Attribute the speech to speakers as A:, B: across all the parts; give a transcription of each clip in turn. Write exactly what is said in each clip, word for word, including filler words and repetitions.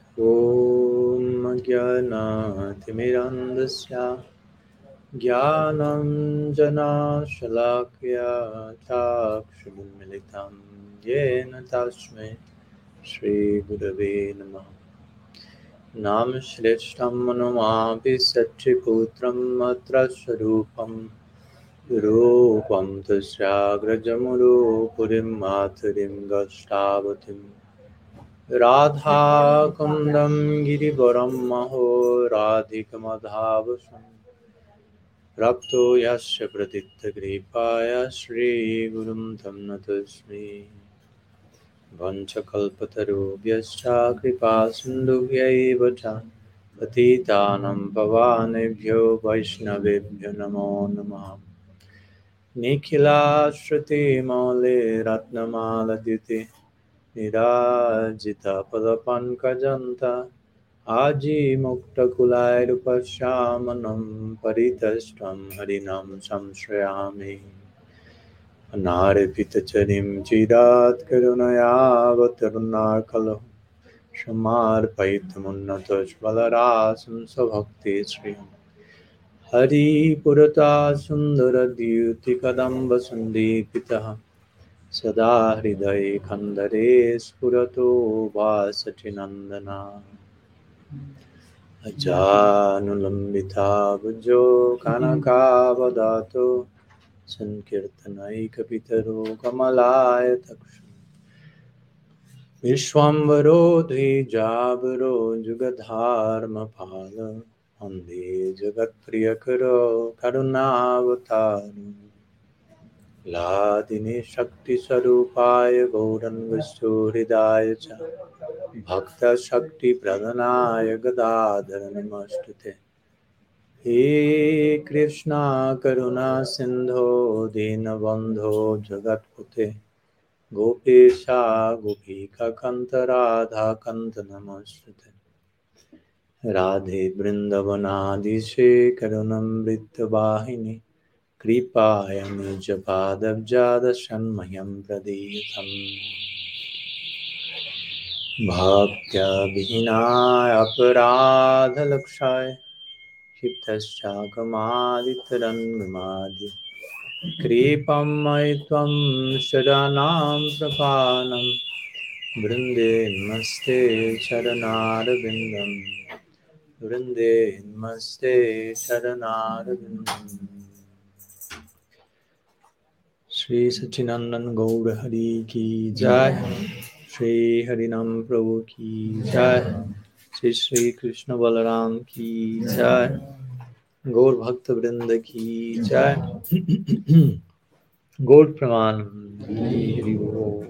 A: Om Jnana-timirandasya Jnanam-jana-shalakya Chakshurmilitam Yena Tasmai Shri Gurave Namah. Namaste Manamapi Satchiputram Matra Swarupam Rupam Tasyagrajamuru Purim Matharim Gastavatim Radha Kundam Girivaram Maho Radhika Madhavasam Rapto Yasya Pratitha Gripaya Shri Gurum Tamnatasmi Vanchakalpatarubhyascha Kripa Sindhubhyaiva Cha Patitanam Pavanebhyo Vaishnavebhyo Namo Namaha Nikhila Shruti Maule Ratnamala Diti Nirajita Padapankajanta Aji Mukta Kulairupasyamanam Paritashtam Harinam Samshrayami Anaripitacharim Chirat Karunayavatarunarkalo Shamarpaitamunnatas Valarasam Sabhakti Sriyam Hari Purata Sundara Dyuti Kadamba Sundipitaha Sada Hridaya Khandare Spurato Vasatinandana Ajanulambita Bhujo Kanakavadato Sankirtanai Kapitaro Kamalaya Taksha Vishwambaro Dvijabaro Jugadharma Phala Ande Jagat Priyakaro Karunavataru Ladini Shakti Sarupaya Gauranga Hridaya Cha Bhakta Shakti Pradhanaya Gadadhara Namastate He Krishna Karuna Sindho Dinabandho Jagatpate Gopesha Gopika Kanta Radha Kanta Namastate Radhe Vrindavanadishe Karunamrita Vahini Kripayam Japadabjada Shanmayam Pradiyam Bhaktya Vihinaya Aparadha Lakshaya Shibdashakamaditarangamadi Kripam Maitvam Sharanam Prapanam Brinde Namaste Charanarvindam Brinde Namaste Charanarvindam Shri Sachinandan Gaura Hari Ki Jai Shri Harinam Prabhu Ki Jai Shri Shri Krishna Balaram Ki Jai Gaur Bhakta Vrinda Ki Jai Gaur Pramanam Hari Bol.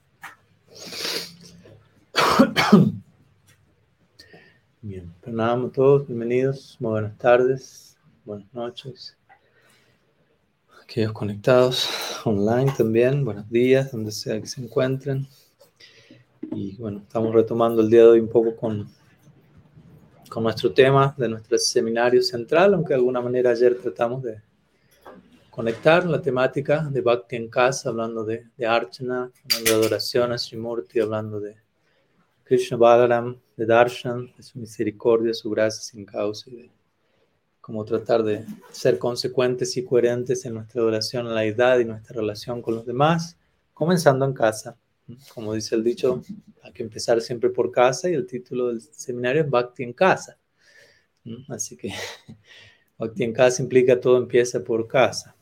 A: Bien, pranam a todos, bienvenidos, muy buenas tardes, buenas noches. Aquellos conectados online también, buenos días, donde sea que se encuentren. Y bueno, estamos retomando el día de hoy un poco con, con nuestro tema de nuestro seminario central, aunque de alguna manera ayer tratamos de conectar la temática de Bhakti en casa, hablando de, de Archana, hablando de adoración a Srimurti, hablando de Krishna Balaram, de Darshan, de su misericordia, su gracia sin causa, y de cómo tratar de ser consecuentes y coherentes en nuestra adoración a la deidad y nuestra relación con los demás, comenzando en casa. Como dice el dicho, hay que empezar siempre por casa, y el título del seminario es Bhakti en casa. Así que Bhakti en casa implica todo empieza por casa.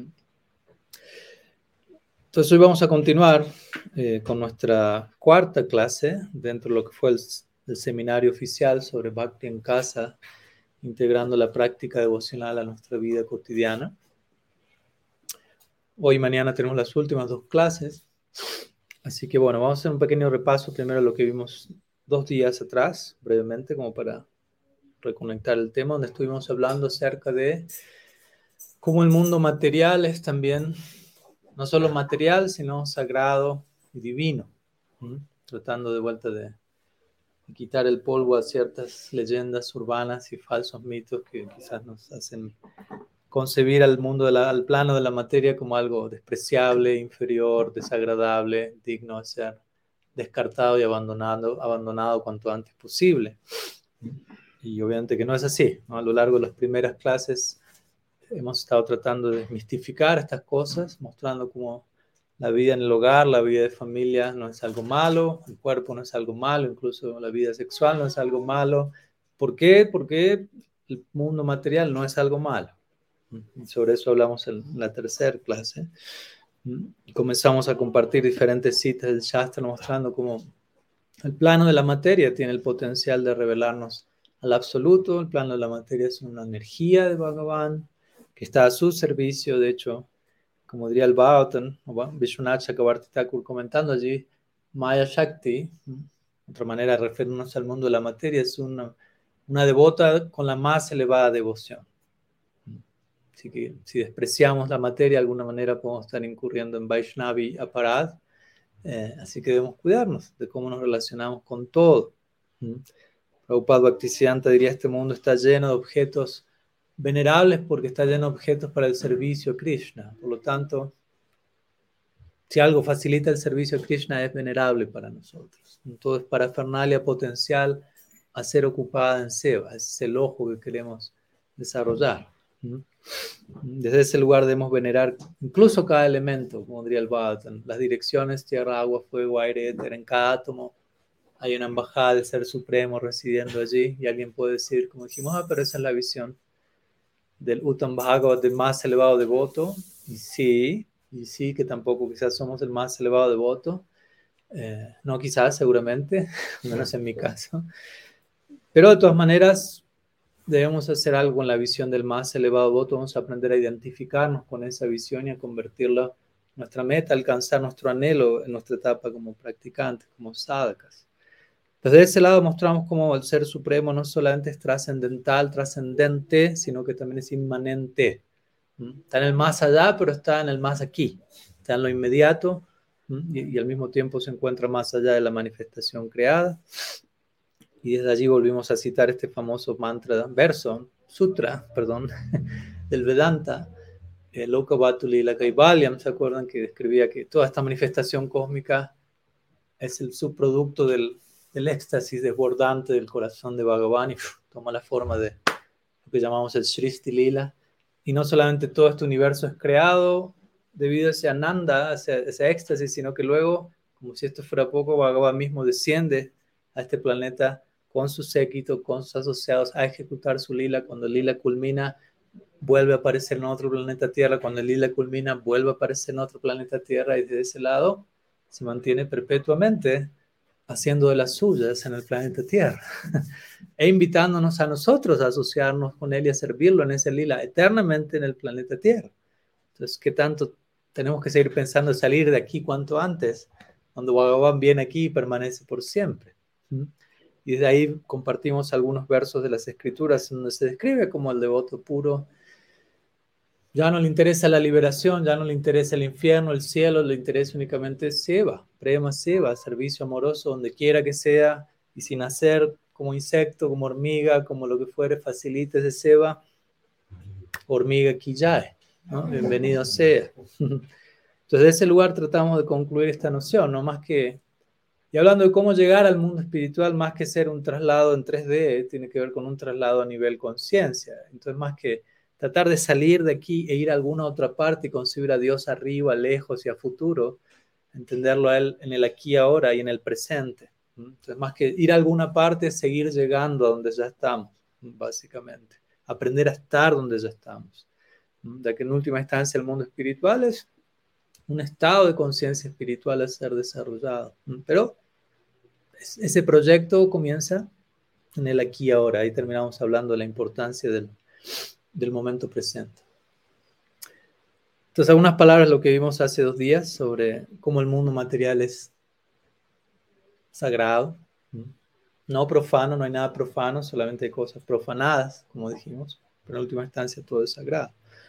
A: Entonces hoy vamos a continuar eh, con nuestra cuarta clase dentro de lo que fue el, el seminario oficial sobre Bhakti en casa, integrando la práctica devocional a nuestra vida cotidiana. Hoy y mañana tenemos las últimas dos clases, así que bueno, vamos a hacer un pequeño repaso primero de lo que vimos dos días atrás, brevemente, como para reconectar el tema, donde estuvimos hablando acerca de cómo el mundo material es también no solo material, sino sagrado y divino, ¿sí? Tratando de vuelta de, de quitar el polvo a ciertas leyendas urbanas y falsos mitos que quizás nos hacen concebir al mundo, de la, al plano de la materia como algo despreciable, inferior, desagradable, digno de ser descartado y abandonado, abandonado cuanto antes posible. Y obviamente que no es así, ¿no? A lo largo de las primeras clases hemos estado tratando de desmistificar estas cosas, mostrando cómo la vida en el hogar, la vida de familia no es algo malo, el cuerpo no es algo malo, incluso la vida sexual no es algo malo. ¿Por qué? Porque el mundo material no es algo malo. Y sobre eso hablamos en la tercera clase. Y comenzamos a compartir diferentes citas del Shastra mostrando cómo el plano de la materia tiene el potencial de revelarnos al absoluto. El plano de la materia es una energía de Bhagavan que está a su servicio. De hecho, como diría el Bhagavatam, Vishwanath Chakravarti Thakur comentando allí, Maya Shakti, otra manera de referirnos al mundo de la materia, es una, una devota con la más elevada devoción. Así que si despreciamos la materia, de alguna manera podemos estar incurriendo en Vaishnavi Aparad. Eh, así que debemos cuidarnos de cómo nos relacionamos con todo. ¿Mm? Prabhupada Bhaktisiddhanta diría, este mundo está lleno de objetos venerables porque está lleno de objetos para el servicio a Krishna. Por lo tanto, si algo facilita el servicio a Krishna, es venerable para nosotros. Todo es parafernalia potencial a ser ocupada en seva. Es el ojo que queremos desarrollar. ¿Mm? Desde ese lugar debemos venerar incluso cada elemento, como diría el Bhagavatam, las direcciones, tierra, agua, fuego, aire, éter, en cada átomo hay una embajada del Ser Supremo residiendo allí, y alguien puede decir, como dijimos, ah, pero esa es la visión del Uttam Bhagavat, del más elevado devoto, y sí, y sí que tampoco quizás somos el más elevado devoto, eh, no quizás, seguramente, al menos en mi caso, pero de todas maneras, debemos hacer algo en la visión del más elevado devoto. Vamos a aprender a identificarnos con esa visión y a convertirla en nuestra meta, alcanzar nuestro anhelo en nuestra etapa como practicantes, como sadhakas. Desde ese lado mostramos cómo el Ser Supremo no solamente es trascendental, trascendente, sino que también es inmanente. Está en el más allá, pero está en el más aquí. Está en lo inmediato y, y al mismo tiempo se encuentra más allá de la manifestación creada. Y desde allí volvimos a citar este famoso mantra, verso, sutra, perdón, del Vedanta, el Lokavatu Lila Kaivalyam. ¿Se acuerdan que describía que toda esta manifestación cósmica es el subproducto del, del éxtasis desbordante del corazón de Bhagavan y uf, toma la forma de lo que llamamos el Srishti Lila? Y no solamente todo este universo es creado debido a ese ananda, a ese, ese éxtasis, sino que luego, como si esto fuera poco, Bhagavan mismo desciende a este planeta con su séquito, con sus asociados, a ejecutar su lila. Cuando el lila culmina, vuelve a aparecer en otro planeta Tierra. Cuando el lila culmina, vuelve a aparecer en otro planeta Tierra, y desde ese lado se mantiene perpetuamente haciendo de las suyas en el planeta Tierra e invitándonos a nosotros a asociarnos con él y a servirlo en ese lila eternamente en el planeta Tierra. Entonces, ¿qué tanto tenemos que seguir pensando en salir de aquí cuanto antes, cuando Bhagavan viene aquí y permanece por siempre? ¿Mm? Y desde ahí compartimos algunos versos de las escrituras donde se describe como el devoto puro ya no le interesa la liberación, ya no le interesa el infierno, el cielo, le interesa únicamente seva, prema seva, servicio amoroso donde quiera que sea, y sin hacer como insecto, como hormiga, como lo que fuere, facilite ese seva, hormiga kijae, ¿no? Bienvenido sea. Entonces, de ese lugar tratamos de concluir esta noción, no más que, y hablando de cómo llegar al mundo espiritual, más que ser un traslado en tres D, tiene que ver con un traslado a nivel conciencia. Entonces, más que tratar de salir de aquí e ir a alguna otra parte y concebir a Dios arriba, lejos y a futuro, entenderlo a Él en el aquí, ahora y en el presente. Entonces, más que ir a alguna parte, seguir llegando a donde ya estamos, básicamente. Aprender a estar donde ya estamos. Ya que en última instancia el mundo espiritual es un estado de conciencia espiritual a ser desarrollado. Pero ese proyecto comienza en el aquí y ahora. Ahí terminamos hablando de la importancia del, del momento presente. Entonces, algunas palabras de lo que vimos hace dos días sobre cómo el mundo material es sagrado, no profano, no hay nada profano, solamente hay cosas profanadas, como dijimos, pero en última instancia todo es sagrado.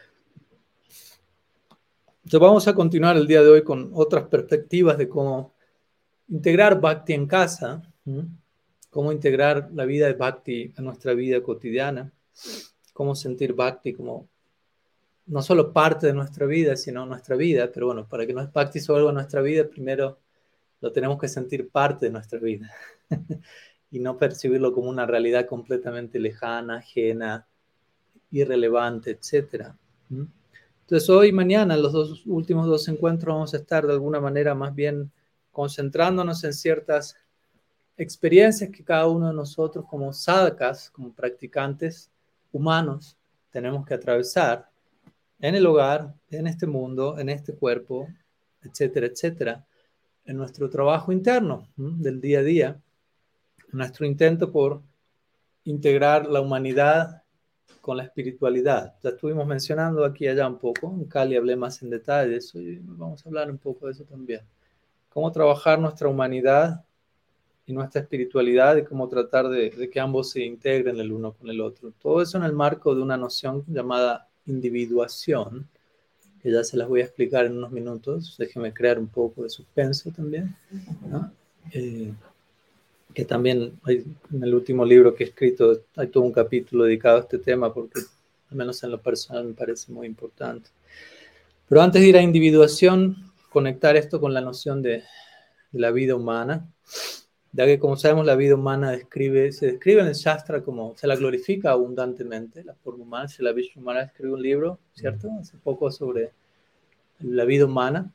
A: Entonces, vamos a continuar el día de hoy con otras perspectivas de cómo integrar Bhakti en casa, ¿sí? Cómo integrar la vida de Bhakti a nuestra vida cotidiana, cómo sentir Bhakti como no solo parte de nuestra vida, sino nuestra vida. Pero bueno, para que no es Bhakti solo en nuestra vida, primero lo tenemos que sentir parte de nuestra vida y no percibirlo como una realidad completamente lejana, ajena, irrelevante, etcétera. Entonces hoy y mañana, los dos últimos dos encuentros, vamos a estar de alguna manera más bien concentrándonos en ciertas experiencias que cada uno de nosotros como sadhakas, como practicantes humanos, tenemos que atravesar en el hogar, en este mundo, en este cuerpo, etcétera, etcétera, en nuestro trabajo interno, ¿m? del día a día, en nuestro intento por integrar la humanidad con la espiritualidad. Ya estuvimos mencionando aquí y allá un poco, en Cali hablé más en detalle de eso y vamos a hablar un poco de eso también. Cómo trabajar nuestra humanidad y nuestra espiritualidad y cómo tratar de, de que ambos se integren el uno con el otro. Todo eso en el marco de una noción llamada individuación, que ya se las voy a explicar en unos minutos. Déjenme crear un poco de suspenso también, ¿no? Eh, que también hay, en el último libro que he escrito hay todo un capítulo dedicado a este tema porque al menos en lo personal me parece muy importante. Pero antes de ir a individuación, conectar esto con la noción de, de la vida humana, ya que como sabemos la vida humana describe, se describe en el Shastra como, se la glorifica abundantemente, la forma humana. Srila Vishnu Maharaj escribió un libro, ¿cierto? Hace poco sobre la vida humana.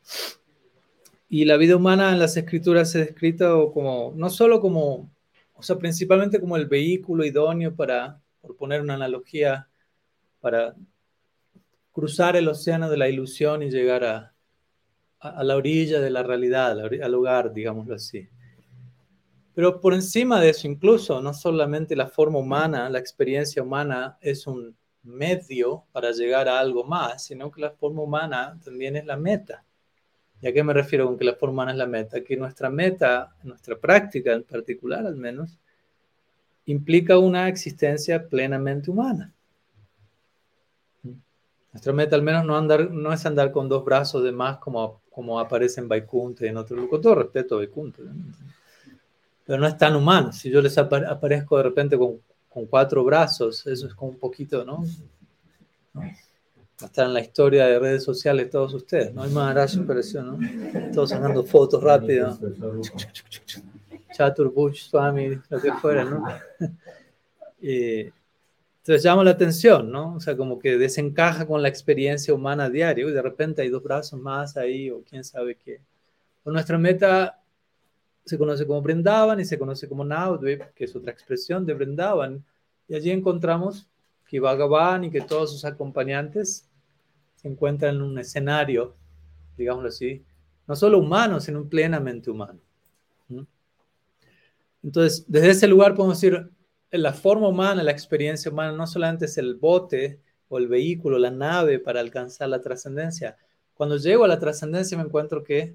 A: Y la vida humana en las escrituras se descrita como, no solo como, o sea, principalmente como el vehículo idóneo para, por poner una analogía, para cruzar el océano de la ilusión y llegar a, a, a la orilla de la realidad, al hogar, digámoslo así. Pero por encima de eso, incluso, no solamente la forma humana, la experiencia humana es un medio para llegar a algo más, sino que la forma humana también es la meta. ¿Y a qué me refiero con que la forma humana es la meta? Que nuestra meta, nuestra práctica en particular al menos, implica una existencia plenamente humana. Nuestra meta al menos no, andar, no es andar con dos brazos de más como, como aparece en Vaikunta y en otro lugar. Con todo respeto a Vaikunta, ¿no? Pero no es tan humano. Si yo les apare- aparezco de repente con, con cuatro brazos, eso es como un poquito, ¿no? ¿no? Están en la historia de redes sociales todos ustedes, ¿no? Hay más apareció, ¿no? Todos sacando fotos rápido. Chaturbush, Swami, lo que fuera, ¿no? Y entonces llama la atención, ¿no? O sea, como que desencaja con la experiencia humana diaria. Y de repente hay dos brazos más ahí, o quién sabe qué. Pues nuestra meta se conoce como Vrindavan y se conoce como Navadvip, que es otra expresión de Vrindavan. Y allí encontramos que Bhagavan y que todos sus acompañantes se encuentran en un escenario, digámoslo así, no solo humano, sino plenamente humano. ¿Mm? Entonces, desde ese lugar podemos decir, la forma humana, la experiencia humana, no solamente es el bote o el vehículo, la nave para alcanzar la trascendencia. Cuando llego a la trascendencia me encuentro que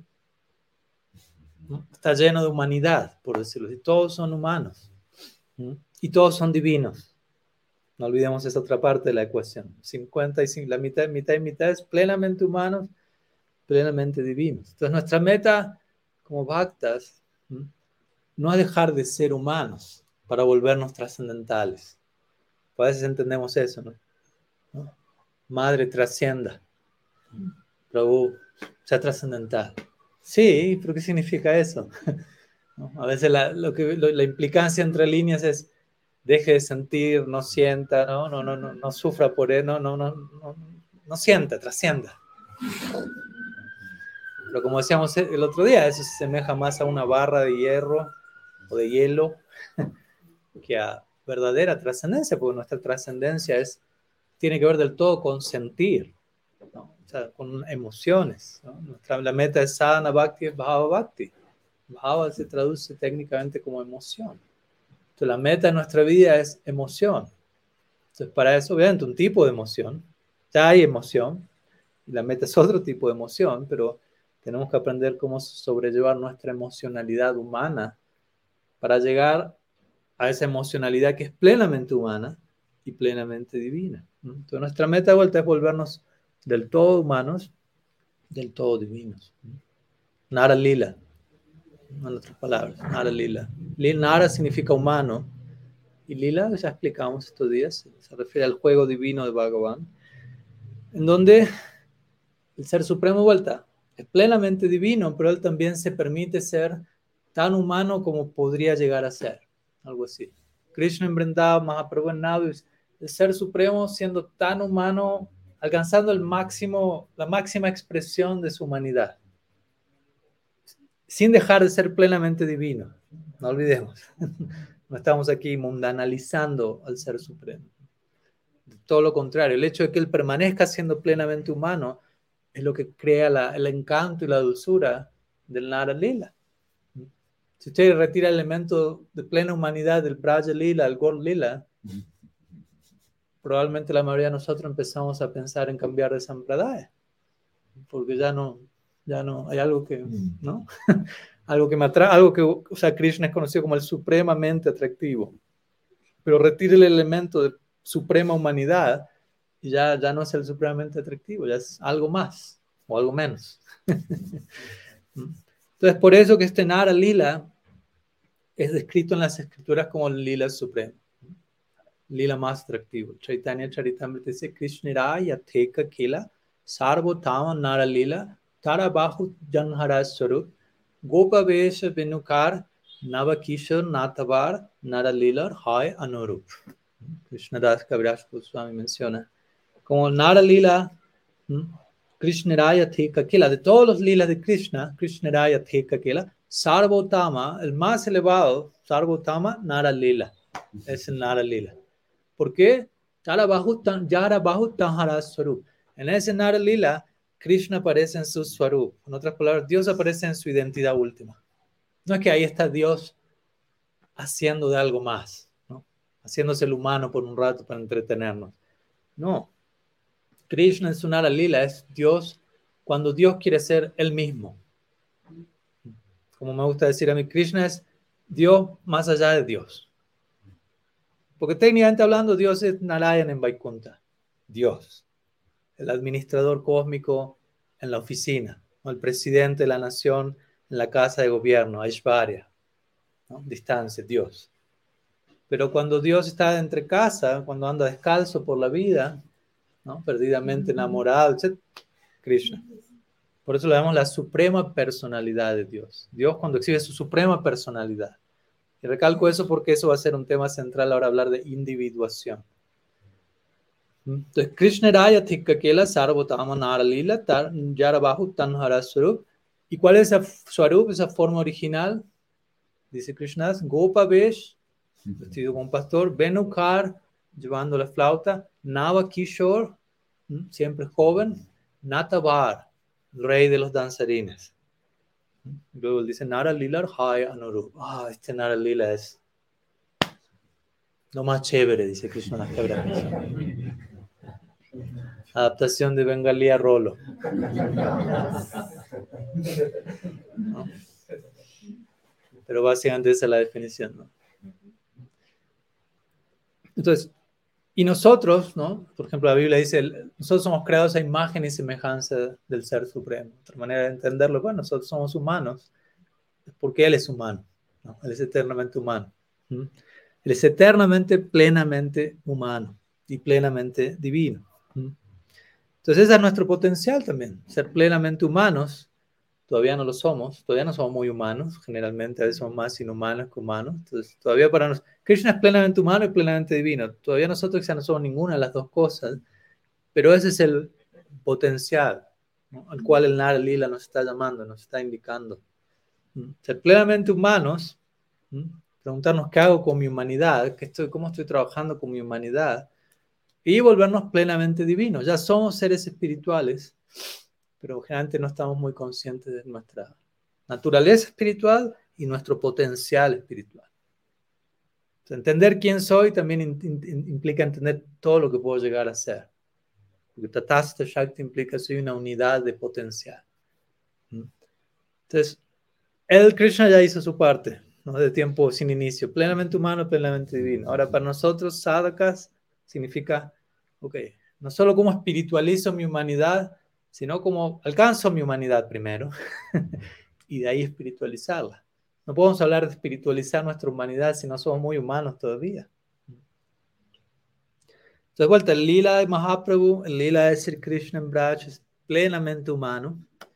A: está lleno de humanidad, por decirlo así. Todos son humanos, ¿sí? Y todos son divinos. No olvidemos esa otra parte de la ecuación. cincuenta y cinco, la mitad, mitad y mitad es plenamente humanos, plenamente divinos. Entonces nuestra meta como bhaktas, ¿sí?, no es dejar de ser humanos para volvernos trascendentales. A veces entendemos eso, ¿no? ¿No? Madre trascienda. Prabhu, sea trascendental. Sí, pero ¿qué significa eso? ¿No? A veces la, lo que, lo, la implicancia entre líneas es deje de sentir, no sienta, no, no, no, no, no sufra por él, no, no, no, no, no sienta, trascienda. Pero como decíamos el otro día, eso se asemeja más a una barra de hierro o de hielo que a verdadera trascendencia, porque nuestra trascendencia es, tiene que ver del todo con sentir, ¿no? O sea, con emociones, ¿no? Nuestra, la meta es sadhana bhakti, bhava bhakti. Bhava se traduce técnicamente como emoción. Entonces, la meta de nuestra vida es emoción. Entonces, para eso, obviamente, un tipo de emoción. Ya hay emoción, y la meta es otro tipo de emoción, pero tenemos que aprender cómo sobrellevar nuestra emocionalidad humana para llegar a esa emocionalidad que es plenamente humana y plenamente divina. Entonces, nuestra meta de vuelta es volvernos del todo humanos, del todo divinos. Nara Lila, en otras palabras, Nara Lila. Nara significa humano, y Lila, ya explicamos estos días, se refiere al juego divino de Bhagavan, en donde el Ser Supremo vuelta es plenamente divino, pero él también se permite ser tan humano como podría llegar a ser, algo así. Krishna en Vrindavan, Mahaprabhu en Nadu, el ser supremo siendo tan humano, alcanzando el máximo, la máxima expresión de su humanidad, sin dejar de ser plenamente divino. No olvidemos, no estamos aquí mundanalizando al ser supremo. Todo lo contrario, el hecho de que él permanezca siendo plenamente humano es lo que crea la, el encanto y la dulzura del Nara Lila. Si usted retira el elemento de plena humanidad del Braja Lila, el Gaur Lila, probablemente la mayoría de nosotros empezamos a pensar en cambiar de Sampradaya, porque ya no, ya no, hay algo que, ¿no? algo que me atrae, algo que, o sea, Krishna es conocido como el supremamente atractivo, pero retire el elemento de suprema humanidad y ya, ya no es el supremamente atractivo, ya es algo más o algo menos. Entonces, por eso que este Nara Lila es descrito en las escrituras como el Lila supremo, Lila más atractivo. Chaitanya Charitamrita dice, Krishniraya Theka Kela Sarvotama Nara Lila Tarabahu Janhara Swarup Gopa Vesha Venukar Navakishar Natavar Nara Lila Hai Anurup. Krishnadas Kaviraj Goswami menciona como Nara Lila, Krishniraya Theka Kela, de todos los lilas de Krishna, Krishniraya Theka Kela, Sarvotama, el más elevado, Sarvotama Nara Lila, es el Nara Lila. ¿Por qué? Yara Bahu Tanhara Swarup. En ese Nara Lila, Krishna aparece en su Swarup. En otras palabras, Dios aparece en su identidad última. No es que ahí está Dios haciendo de algo más, ¿no? Haciéndose el humano por un rato para entretenernos. No. Krishna en su Nara Lila es Dios cuando Dios quiere ser Él mismo. Como me gusta decir a mí, Krishna es Dios más allá de Dios. Porque técnicamente hablando, Dios es Narayan en Vaikunta. Dios. El administrador cósmico en la oficina. ¿No? El presidente de la nación en la casa de gobierno, Aishvarya. ¿No? Distancia, Dios. Pero cuando Dios está entre casa, cuando anda descalzo por la vida, ¿no? Perdidamente enamorado, etcétera, Krishna. Por eso le damos la suprema personalidad de Dios. Dios cuando exhibe su suprema personalidad. Y recalco eso porque eso va a ser un tema central ahora hablar de individuación. Entonces, Krishna Raya Thikkakela Sarvotama Nara Lila Yarabahu Tanhara Swarup. ¿Y cuál es esa Swarup, esa forma original? Dice Krishna, Gopa Vesh, vestido como pastor, Venukar, llevando la flauta, Nava Kishore, siempre joven, Natavar, rey de los danzarines. Luego dice Nara Lila Hai Anurup. Ah, este Nara Lila es lo más chévere, dice Krishna Das Kaviraj. Adaptación de Bengalí a Rolo. ¿No? Pero básicamente esa es la definición, ¿no? Entonces, y nosotros, ¿no? Por ejemplo, la Biblia dice, nosotros somos creados a imagen y semejanza del Ser Supremo. Otra manera de entenderlo, bueno, nosotros somos humanos, porque Él es humano, ¿no? Él es eternamente humano. ¿Mm? Él es eternamente, plenamente humano y plenamente divino. ¿Mm? Entonces, ese es nuestro potencial también, ser plenamente humanos. Todavía no lo somos, todavía no somos muy humanos, generalmente a veces somos más inhumanos que humanos. Entonces, todavía para nosotros, Krishna es plenamente humano y plenamente divino. Todavía nosotros quizás no somos ninguna de las dos cosas, pero ese es el potencial, ¿no? Al cual el Nara Lila nos está llamando, nos está indicando. ¿Mm? Ser plenamente humanos, ¿Mm? Preguntarnos qué hago con mi humanidad, qué estoy, cómo estoy trabajando con mi humanidad, y volvernos plenamente divinos. Ya somos seres espirituales, pero generalmente no estamos muy conscientes de nuestra naturaleza espiritual y nuestro potencial espiritual. Entonces, entender quién soy también in, in, implica entender todo lo que puedo llegar a ser. Porque Tatasta Shakti implica soy una unidad de potencial. Entonces, el Krishna ya hizo su parte, ¿no? De tiempo sin inicio, plenamente humano, plenamente divino. Ahora, para nosotros, sadhakas significa, ok, no solo cómo espiritualizo mi humanidad, sino cómo alcanzo mi humanidad primero y de ahí espiritualizarla. No podemos hablar de espiritualizar nuestra humanidad si no somos muy humanos todavía. Entonces, de vuelta, el lila de Mahaprabhu, el lila de Sri Krishna en Braj es plenamente humano. Entonces,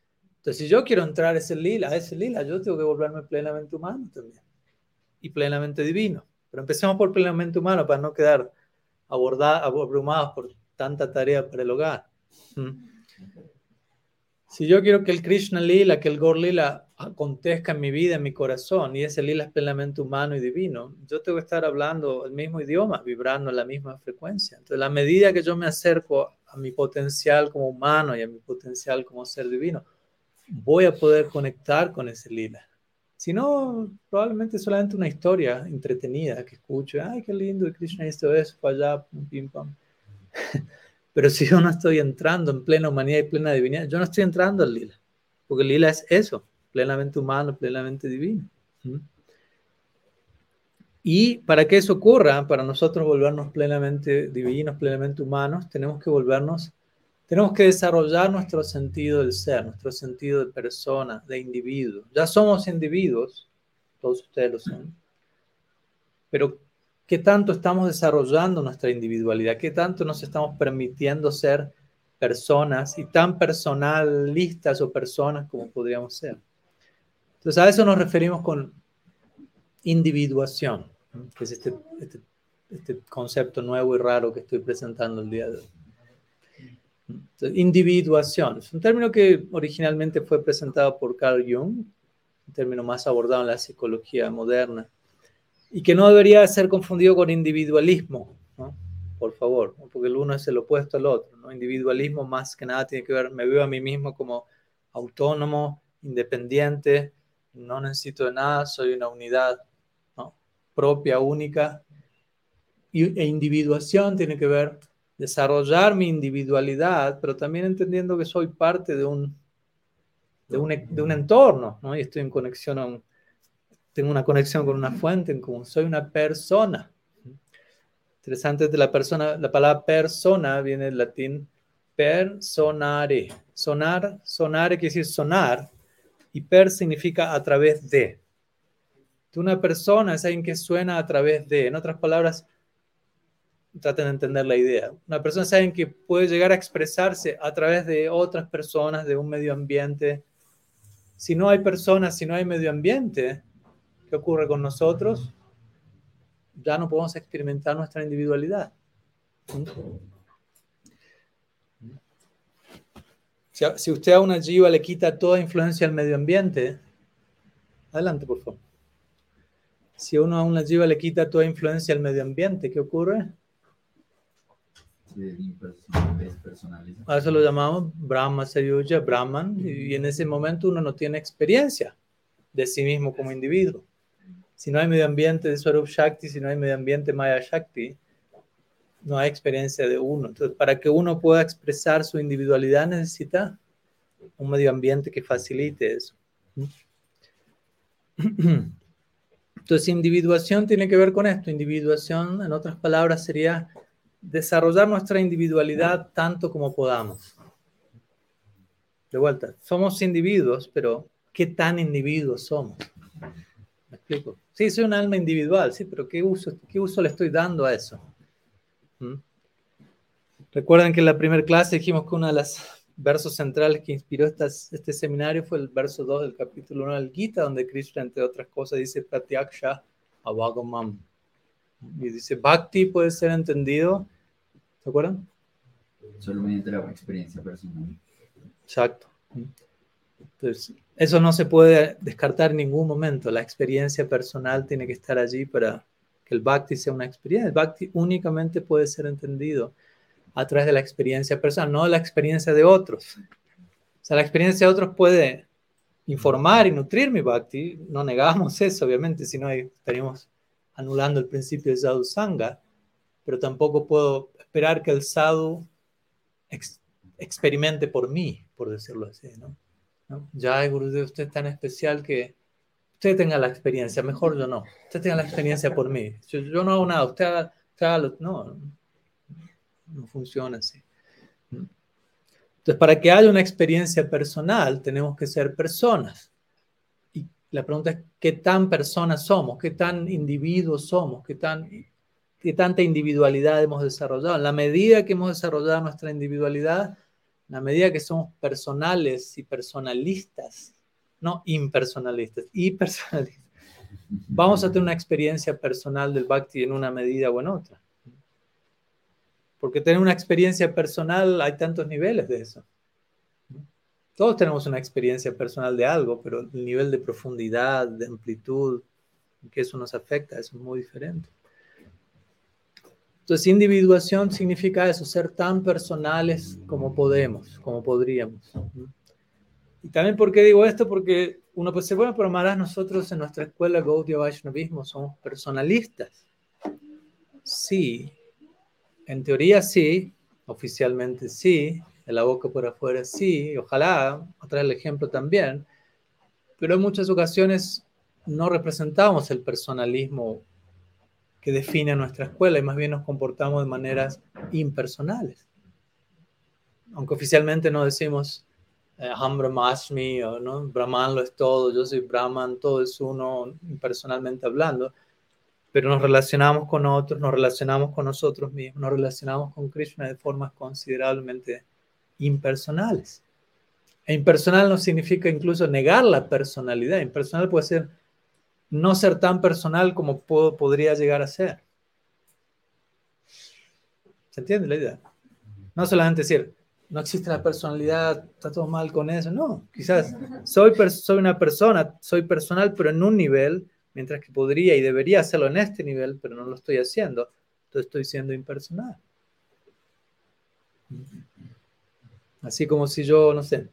A: Entonces, si yo quiero entrar a ese lila, a ese lila, yo tengo que volverme plenamente humano también. Y plenamente divino. Pero empecemos por plenamente humano para no quedar abordados, abrumados por tanta tarea para el hogar. ¿Mm? Si yo quiero que el Krishna Lila, que el Gaur Lila acontezca en mi vida, en mi corazón, y ese Lila es plenamente humano y divino, yo tengo que estar hablando el mismo idioma, vibrando en la misma frecuencia. Entonces, a medida que yo me acerco a mi potencial como humano y a mi potencial como ser divino, voy a poder conectar con ese Lila. Si no, probablemente solamente una historia entretenida que escucho, ay, qué lindo, y Krishna hizo eso, para allá, pim, pam. Pero si yo no estoy entrando en plena humanidad y plena divinidad, yo no estoy entrando al lila, porque el lila es eso, plenamente humano, plenamente divino. ¿Mm? Y para que eso ocurra, para nosotros volvernos plenamente divinos, plenamente humanos, tenemos que volvernos, tenemos que desarrollar nuestro sentido del ser, nuestro sentido de persona, de individuo. Ya somos individuos, todos ustedes lo son, pero ¿qué tanto estamos desarrollando nuestra individualidad? ¿Qué tanto nos estamos permitiendo ser personas y tan personalistas o personas como podríamos ser? Entonces a eso nos referimos con individuación, que es este, este, este concepto nuevo y raro que estoy presentando el día de hoy. Entonces, individuación es un término que originalmente fue presentado por Carl Jung, un término más abordado en la psicología moderna, y que no debería ser confundido con individualismo, ¿no? Por favor, porque el uno es el opuesto al otro, ¿no? Individualismo más que nada tiene que ver, me veo a mí mismo como autónomo, independiente, no necesito de nada, soy una unidad, ¿no? Propia, única. Y, e individuación tiene que ver desarrollar mi individualidad, pero también entendiendo que soy parte de un, de un, de un entorno, ¿no? Y estoy en conexión a un, tengo una conexión con una fuente en común, soy una persona. Interesante, de la persona, la palabra persona viene del latín personare. Sonar, sonare quiere decir sonar, y per significa a través de. Una persona es alguien que suena a través de. En otras palabras, traten de entender la idea. Una persona es alguien que puede llegar a expresarse a través de otras personas, de un medio ambiente. Si no hay personas, si no hay medio ambiente, ¿qué ocurre con nosotros? Ya no podemos experimentar nuestra individualidad. Si, si usted a una jiva le quita toda influencia al medio ambiente, adelante, por favor. Si uno a una jiva le quita toda influencia al medio ambiente, ¿qué ocurre? A eso lo llamamos Brahma Sayuja, Brahman, y en ese momento uno no tiene experiencia de sí mismo como individuo. Si no hay medio ambiente de Swarup Shakti, si no hay medio ambiente Maya Shakti, no hay experiencia de uno. Entonces, para que uno pueda expresar su individualidad, necesita un medio ambiente que facilite eso. Entonces, individuación tiene que ver con esto. Individuación, en otras palabras, sería desarrollar nuestra individualidad tanto como podamos. De vuelta, somos individuos, pero ¿qué tan individuos somos? ¿Me explico? Sí, soy un alma individual, sí, pero ¿qué uso, qué uso le estoy dando a eso? ¿Mm? Recuerden que en la primera clase dijimos que uno de los versos centrales que inspiró estas, este seminario fue el verso dos del capítulo uno del Gita, donde Krishna, entre otras cosas, dice Pratyaksha Avagamam. Y dice, Bhakti puede ser entendido, ¿se acuerdan?
B: Solo mediante la experiencia personal.
A: Exacto. Entonces, eso no se puede descartar en ningún momento. La experiencia personal tiene que estar allí para que el Bhakti sea una experiencia. El Bhakti únicamente puede ser entendido a través de la experiencia personal, no de la experiencia de otros. O sea, la experiencia de otros puede informar y nutrir mi Bhakti. No negamos eso, obviamente, si no estaríamos anulando el principio de Sadhu Sangha, pero tampoco puedo esperar que el Sadhu ex experimente por mí, por decirlo así, ¿no? ¿No? Ya, Gurudev, usted es tan especial que usted tenga la experiencia, mejor yo no. Usted tenga la experiencia por mí. Yo, yo no hago nada, usted haga, usted haga lo, no, no funciona así. Entonces, para que haya una experiencia personal, tenemos que ser personas. Y la pregunta es, ¿qué tan personas somos? ¿Qué tan individuos somos? ¿Qué, tan, qué tanta individualidad hemos desarrollado? En la medida que hemos desarrollado nuestra individualidad, En la medida que somos personales y personalistas, no impersonalistas, y personalistas, vamos a tener una experiencia personal del Bhakti en una medida o en otra. Porque tener una experiencia personal, hay tantos niveles de eso. Todos tenemos una experiencia personal de algo, pero el nivel de profundidad, de amplitud, que eso nos afecta, eso es muy diferente. Entonces, individuación significa eso, ser tan personales como podemos, como podríamos. Y también, ¿por qué digo esto? Porque uno puede decir, bueno, pero Maharaj, nosotros en nuestra escuela Gaudiya Vaishnavismo somos personalistas. Sí, en teoría sí, oficialmente sí, de la boca por afuera sí, ojalá, a traer el ejemplo también, pero en muchas ocasiones no representamos el personalismo que define nuestra escuela y más bien nos comportamos de maneras impersonales. Aunque oficialmente no decimos eh, Ham Brahmasmi o ¿no? Brahman lo es todo, yo soy Brahman, todo es uno, impersonalmente hablando, pero nos relacionamos con otros, nos relacionamos con nosotros mismos, nos relacionamos con Krishna de formas considerablemente impersonales. E impersonal no significa incluso negar la personalidad. Impersonal puede ser no ser tan personal como puedo, podría llegar a ser. ¿Se entiende la idea? No solamente decir, no existe la personalidad, está todo mal con eso. No, quizás soy, soy una persona, soy personal, pero en un nivel, mientras que podría y debería hacerlo en este nivel, pero no lo estoy haciendo. Entonces estoy siendo impersonal. Así como si yo, no sé,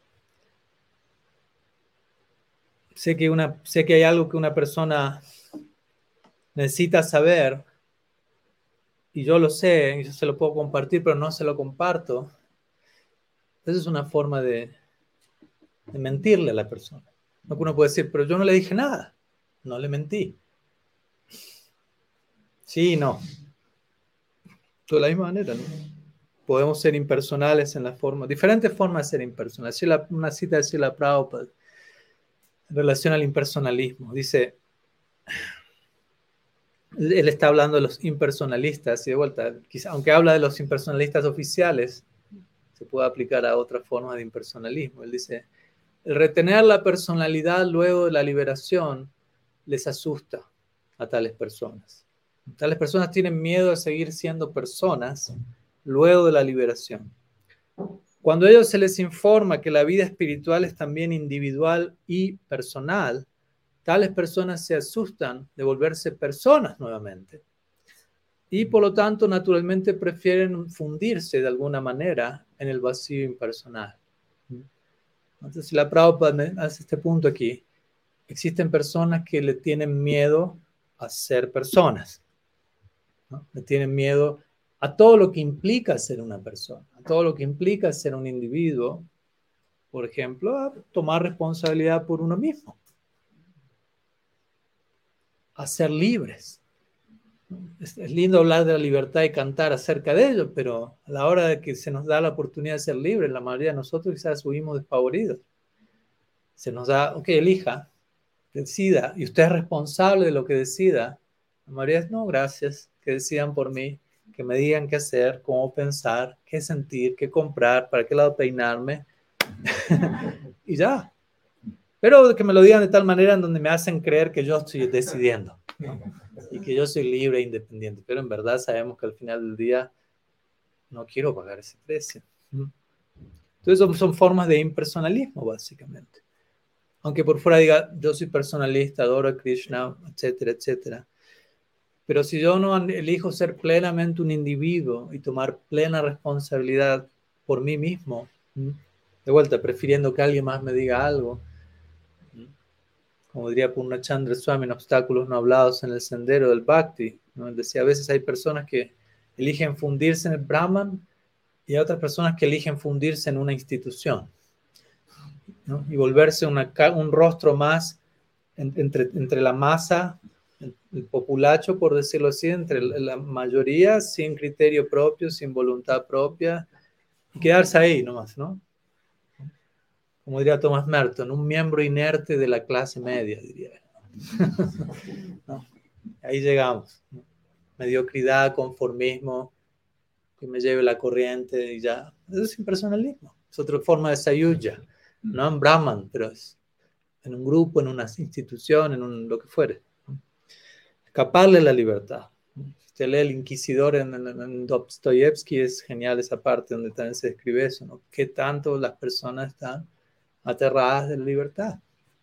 A: sé que, una, sé que hay algo que una persona necesita saber y yo lo sé y yo se lo puedo compartir, pero no se lo comparto. Esa es una forma de, de mentirle a la persona. No, uno puede decir, pero yo no le dije nada, no le mentí. Sí, no. De la misma manera, ¿no? Podemos ser impersonales en la forma, diferentes formas de ser impersonales. Una cita de Srila Prabhupada en relación al impersonalismo. Dice, él está hablando de los impersonalistas y de vuelta, quizá, aunque habla de los impersonalistas oficiales, se puede aplicar a otra forma de impersonalismo. Él dice, el retener la personalidad luego de la liberación les asusta a tales personas. Tales personas tienen miedo de seguir siendo personas luego de la liberación. Cuando a ellos se les informa que la vida espiritual es también individual y personal, tales personas se asustan de volverse personas nuevamente. Y por lo tanto, naturalmente prefieren fundirse de alguna manera en el vacío impersonal. Entonces, la Prabhupada hace este punto aquí. Existen personas que le tienen miedo a ser personas, ¿no? Le tienen miedo a todo lo que implica ser una persona, a todo lo que implica ser un individuo, por ejemplo, a tomar responsabilidad por uno mismo, a ser libres. Es, es lindo hablar de la libertad y cantar acerca de ello, pero a la hora de que se nos da la oportunidad de ser libres, la mayoría de nosotros quizás huimos despavoridos. Se nos da, ok, elija, decida, y usted es responsable de lo que decida. La mayoría es, no, gracias, que decidan por mí, que me digan qué hacer, cómo pensar, qué sentir, qué comprar, para qué lado peinarme, y ya. Pero que me lo digan de tal manera en donde me hacen creer que yo estoy decidiendo, ¿no? Y que yo soy libre e independiente, pero en verdad sabemos que al final del día no quiero pagar ese precio. Entonces son, son formas de impersonalismo, básicamente. Aunque por fuera diga, yo soy personalista, adoro a Krishna, etcétera, etcétera. Pero si yo no elijo ser plenamente un individuo y tomar plena responsabilidad por mí mismo, de vuelta, prefiriendo que alguien más me diga algo, como diría Purnachandra Swami en Obstáculos no hablados en el sendero del Bhakti, ¿no? Él decía, a veces hay personas que eligen fundirse en el Brahman y hay otras personas que eligen fundirse en una institución, ¿no? Y volverse una, un rostro más en, entre, entre la masa, el populacho, por decirlo así, entre la mayoría, sin criterio propio, sin voluntad propia, y quedarse ahí nomás, ¿no? Como diría Thomas Merton, un miembro inerte de la clase media, diría. ¿No? Ahí llegamos, ¿no? Mediocridad, conformismo, que me lleve la corriente y ya. Eso es impersonalismo. Es otra forma de sayuja. No en Brahman, pero es en un grupo, en una institución, en un, lo que fuere. Escaparle la libertad. Usted lee El Inquisidor en, en, en Dostoyevsky, es genial esa parte donde también se describe eso, ¿no? Qué tanto las personas están aterradas de la libertad.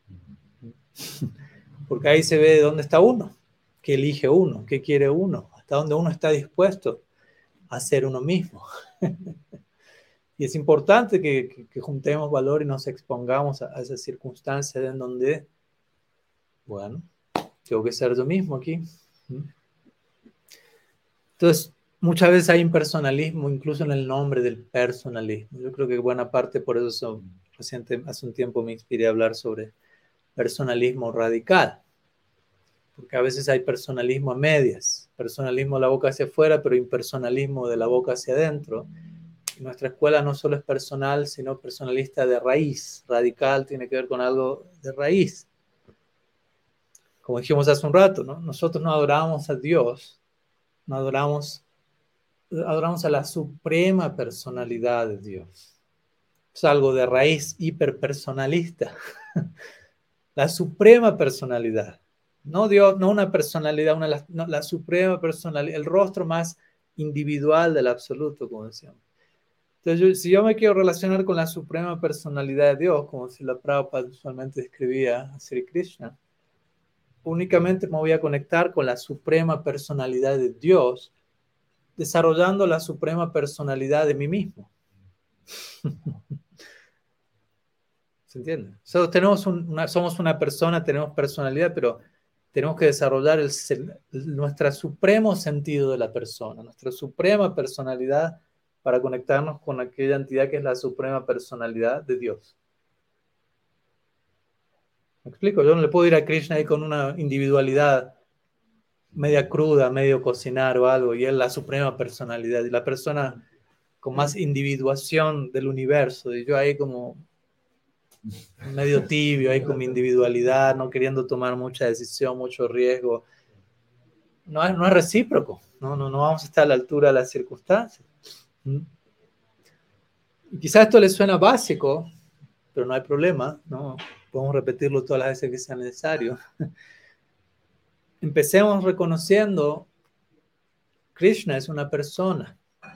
A: Porque ahí se ve dónde está uno, qué elige uno, qué quiere uno, hasta dónde uno está dispuesto a ser uno mismo. Y es importante que, que, que juntemos valor y nos expongamos a, a esas circunstancias en donde, bueno, tengo que ser yo mismo aquí. Entonces, muchas veces hay impersonalismo, incluso en el nombre del personalismo. Yo creo que buena parte, por eso son, reciente, hace un tiempo me inspiré a hablar sobre personalismo radical. Porque a veces hay personalismo a medias, personalismo de la boca hacia afuera, pero impersonalismo de la boca hacia adentro. Y nuestra escuela no solo es personal, sino personalista de raíz. Radical tiene que ver con algo de raíz. Como dijimos hace un rato, ¿no? Nosotros no adoramos a Dios, no adoramos, adoramos a la suprema personalidad de Dios. Es algo de raíz hiperpersonalista. La suprema personalidad. No Dios, no una personalidad, una, no, la suprema personalidad, el rostro más individual del absoluto, como decíamos. Entonces, yo, si yo me quiero relacionar con la suprema personalidad de Dios, como si la Prabhupada usualmente describía a Sri Krishna, únicamente me voy a conectar con la suprema personalidad de Dios, desarrollando la suprema personalidad de mí mismo. ¿Se entiende? Nosotros tenemos un, una, somos una persona, tenemos personalidad, pero tenemos que desarrollar el, el, nuestro supremo sentido de la persona, nuestra suprema personalidad para conectarnos con aquella entidad que es la suprema personalidad de Dios. ¿Me explico? Yo no le puedo ir a Krishna ahí con una individualidad media cruda, medio cocinar o algo, y él la suprema personalidad, y la persona con más individuación del universo, y yo ahí como medio tibio, ahí con mi individualidad, no queriendo tomar mucha decisión, mucho riesgo. No es, no es recíproco, no, no, no vamos a estar a la altura de las circunstancias. ¿Mm? Y quizás esto les suena básico, pero no hay problema, ¿no? Podemos repetirlo todas las veces que sea necesario. Empecemos reconociendo Krishna es una persona.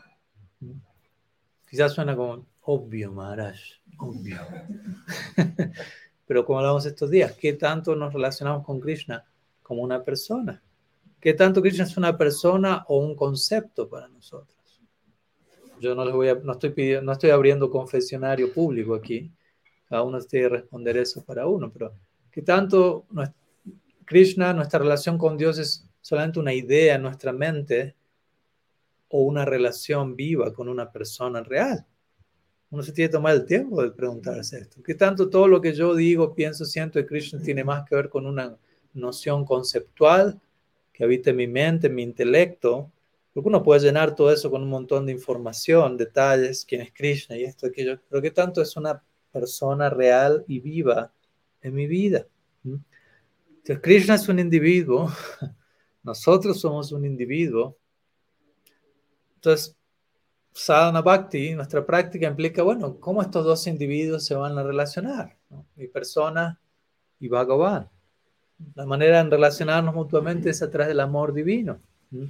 A: Quizás suena como obvio, Maharaj, obvio. Pero como hablamos estos días, ¿qué tanto nos relacionamos con Krishna como una persona? ¿Qué tanto Krishna es una persona o un concepto para nosotros? Yo no les voy a, no estoy pidiendo, no estoy abriendo confesionario público aquí. Cada uno tiene que responder eso para uno, pero ¿qué tanto Krishna, nuestra relación con Dios es solamente una idea en nuestra mente o una relación viva con una persona real? Uno se tiene que tomar el tiempo de preguntarse esto. ¿Qué tanto todo lo que yo digo, pienso, siento de Krishna tiene más que ver con una noción conceptual que habita en mi mente, en mi intelecto? Porque uno puede llenar todo eso con un montón de información, detalles, quién es Krishna y esto, aquello. Pero ¿qué tanto es una persona real y viva en mi vida? Entonces, Krishna es un individuo. Nosotros somos un individuo. Entonces, Sadhana Bhakti, nuestra práctica implica, bueno, ¿cómo estos dos individuos se van a relacionar? ¿No? Mi persona y Bhagavan. La manera de relacionarnos mutuamente es a través del amor divino. ¿Mm?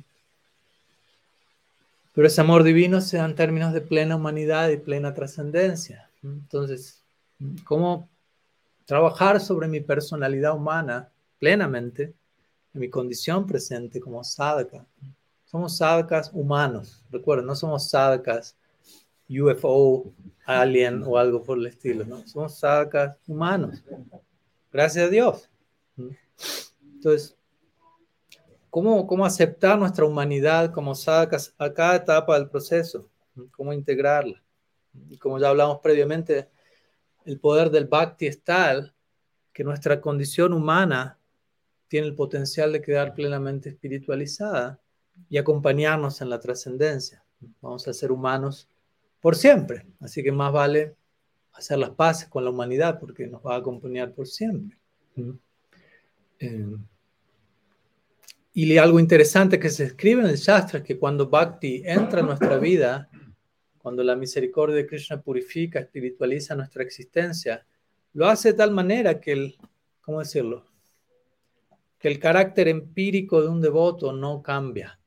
A: Pero ese amor divino se da en términos de plena humanidad y plena trascendencia. Entonces, ¿cómo trabajar sobre mi personalidad humana plenamente, en mi condición presente como sadhaka? Somos sadhakas humanos, recuerden, no somos sadhakas U F O, alien o algo por el estilo, ¿no? Somos sadhakas humanos, gracias a Dios. Entonces, ¿cómo, cómo aceptar nuestra humanidad como sadhakas a cada etapa del proceso? ¿Cómo integrarla? Y como ya hablamos previamente, el poder del Bhakti es tal que nuestra condición humana tiene el potencial de quedar plenamente espiritualizada y acompañarnos en la trascendencia. Vamos a ser humanos por siempre, así que más vale hacer las paces con la humanidad porque nos va a acompañar por siempre. Eh, y algo interesante que se escribe en el Shastra es que cuando Bhakti entra en nuestra vida, cuando la misericordia de Krishna purifica, espiritualiza nuestra existencia, lo hace de tal manera que el, ¿cómo decirlo? Que el carácter empírico de un devoto no cambia.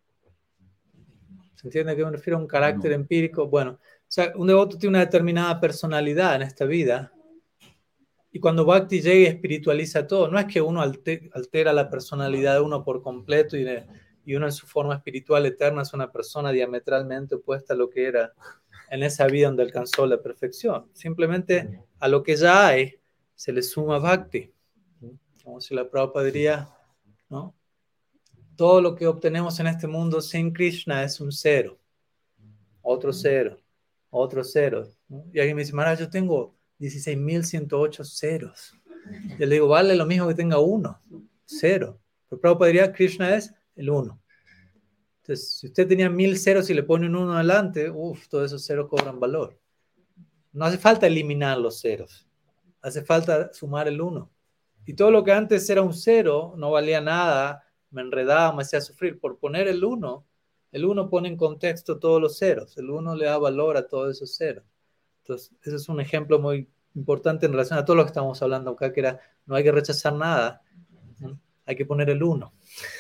A: ¿Se entiende a qué me refiero a un carácter no. empírico? Bueno, o sea, un devoto tiene una determinada personalidad en esta vida, y cuando Bhakti llega y espiritualiza todo, no es que uno alter, altera la personalidad de uno por completo y, de, y uno en su forma espiritual eterna es una persona diametralmente opuesta a lo que era en esa vida donde alcanzó la perfección. Simplemente a lo que ya hay se le suma Bhakti. Como si la Prabhupada diría, ¿no? Todo lo que obtenemos en este mundo sin Krishna es un cero, otro cero, otro cero, ¿no? Y alguien me dice, Maharaj, yo tengo dieciséis mil ciento ocho ceros. Yo le digo, vale lo mismo que tenga uno, cero. Pero Prabhupada diría, Krishna es el uno. Entonces, si usted tenía mil ceros y le pone un uno adelante, uff, todos esos ceros cobran valor. No hace falta eliminar los ceros, hace falta sumar el uno. Y todo lo que antes era un cero, no valía nada, me enredaba, me hacía sufrir. Por poner el uno, el uno pone en contexto todos los ceros, el uno le da valor a todos esos ceros. Entonces, ese es un ejemplo muy importante en relación a todo lo que estamos hablando acá, que era, no hay que rechazar nada, ¿no? Hay que poner el uno.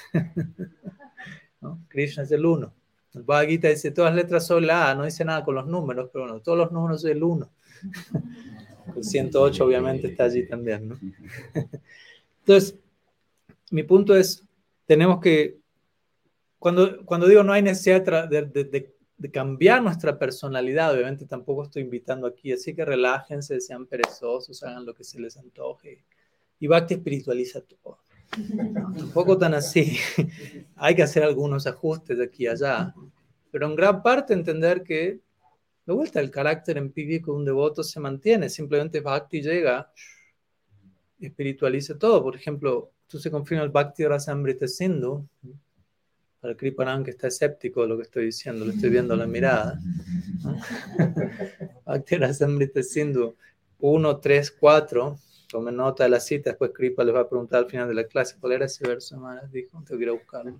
A: ¿No? Krishna es el uno. El Bhagavad Gita dice, todas las letras son la A, no dice nada con los números, pero bueno, todos los números son el uno. El ciento ocho obviamente está allí también, ¿no? Entonces, mi punto es, tenemos que, cuando, cuando digo no hay necesidad de, de, de, de cambiar nuestra personalidad, obviamente tampoco estoy invitando aquí, así que relájense, sean perezosos, hagan lo que se les antoje. Y Bhakti espiritualiza todo. No, tampoco tan así. Hay que hacer algunos ajustes de aquí a allá, pero en gran parte entender que de vuelta el carácter empírico de un devoto se mantiene, simplemente Bhakti llega, espiritualiza todo. Por ejemplo, tú se confirma el Bhakti Rasamrita Sindhu, para Kriparan que está escéptico de lo que estoy diciendo, le estoy viendo la mirada, ¿no? Bhakti Rasamrita Sindhu uno, tres, cuatro. Tomen nota de la cita, después Kripa les va a preguntar al final de la clase cuál era ese verso, hermano, dijo, tengo que ir a buscarlo.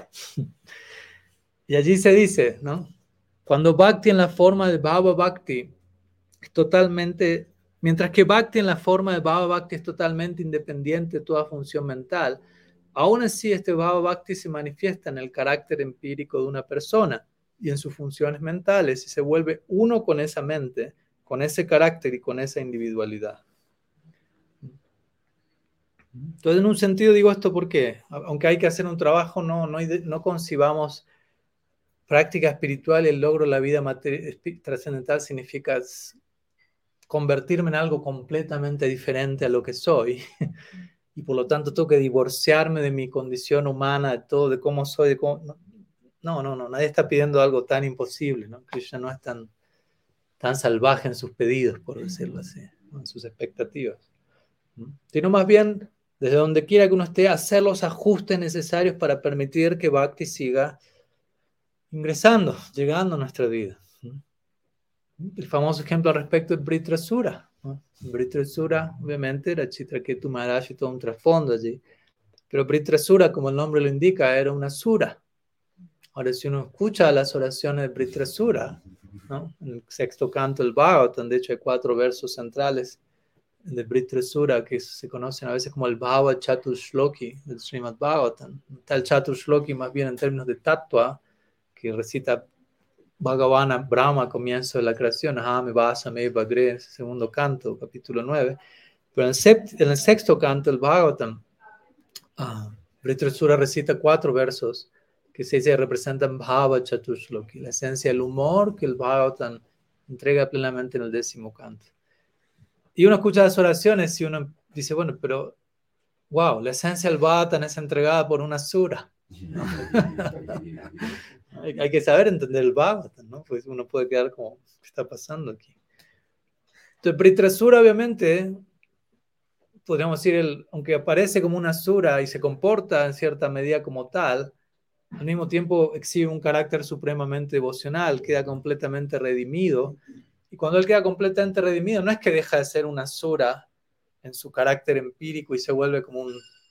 A: Y allí se dice, ¿no? Cuando Bhakti en la forma de Bhava Bhakti es totalmente, mientras que Bhakti en la forma de Bhava Bhakti es totalmente independiente de toda función mental, aún así este Bhava Bhakti se manifiesta en el carácter empírico de una persona y en sus funciones mentales y se vuelve uno con esa mente, con ese carácter y con esa individualidad. Entonces, en un sentido digo esto porque, aunque hay que hacer un trabajo, no, no, no concibamos práctica espiritual y el logro de la vida trascendental significa convertirme en algo completamente diferente a lo que soy. Y por lo tanto tengo que divorciarme de mi condición humana, de todo, de cómo soy, de cómo... No, no, no, nadie está pidiendo algo tan imposible, ¿no? Krishna no es tan, tan salvaje en sus pedidos, por decirlo así, ¿no? En sus expectativas, ¿no? Sino más bien, desde donde quiera que uno esté, hacer los ajustes necesarios para permitir que Bhakti siga ingresando, llegando a nuestra vida. El famoso ejemplo al respecto es Vritrasura, ¿no? Vritrasura, obviamente, era Chitraketu Maharaj y todo un trasfondo allí. Pero Vritrasura, como el nombre lo indica, era una sura. Ahora, si uno escucha las oraciones de Vritrasura, ¿no? En el sexto canto del Bhagavatam, de hecho hay cuatro versos centrales de Vritrasura que se conocen a veces como el Bhava Chatushloki del Srimad Bhagavatam. Está el Chatushloki más bien en términos de tattva, que recita Bhagavana Brahma, comienzo de la creación, Ahame Vasame Bagre, segundo canto, capítulo nueve. Pero en el, sept, en el sexto canto, el Bhagavatam, uh, Vritrasura recita cuatro versos que se dice representan Bhava Chatushloki, la esencia del humor que el Bhagavatam entrega plenamente en el décimo canto. Y uno escucha las oraciones y uno dice, bueno, pero, wow, la esencia del Bhagavatam es entregada por una sura. ¿No? hay, hay que saber entender el Bhagavatam, ¿no? Pues uno puede quedar como, ¿qué está pasando aquí? Entonces, Vritrasura, obviamente, podríamos decir, el, aunque aparece como una sura y se comporta en cierta medida como tal, al mismo tiempo exhibe un carácter supremamente devocional, queda completamente redimido. Y cuando él queda completamente redimido, no es que deja de ser una sura en su carácter empírico y se vuelve como un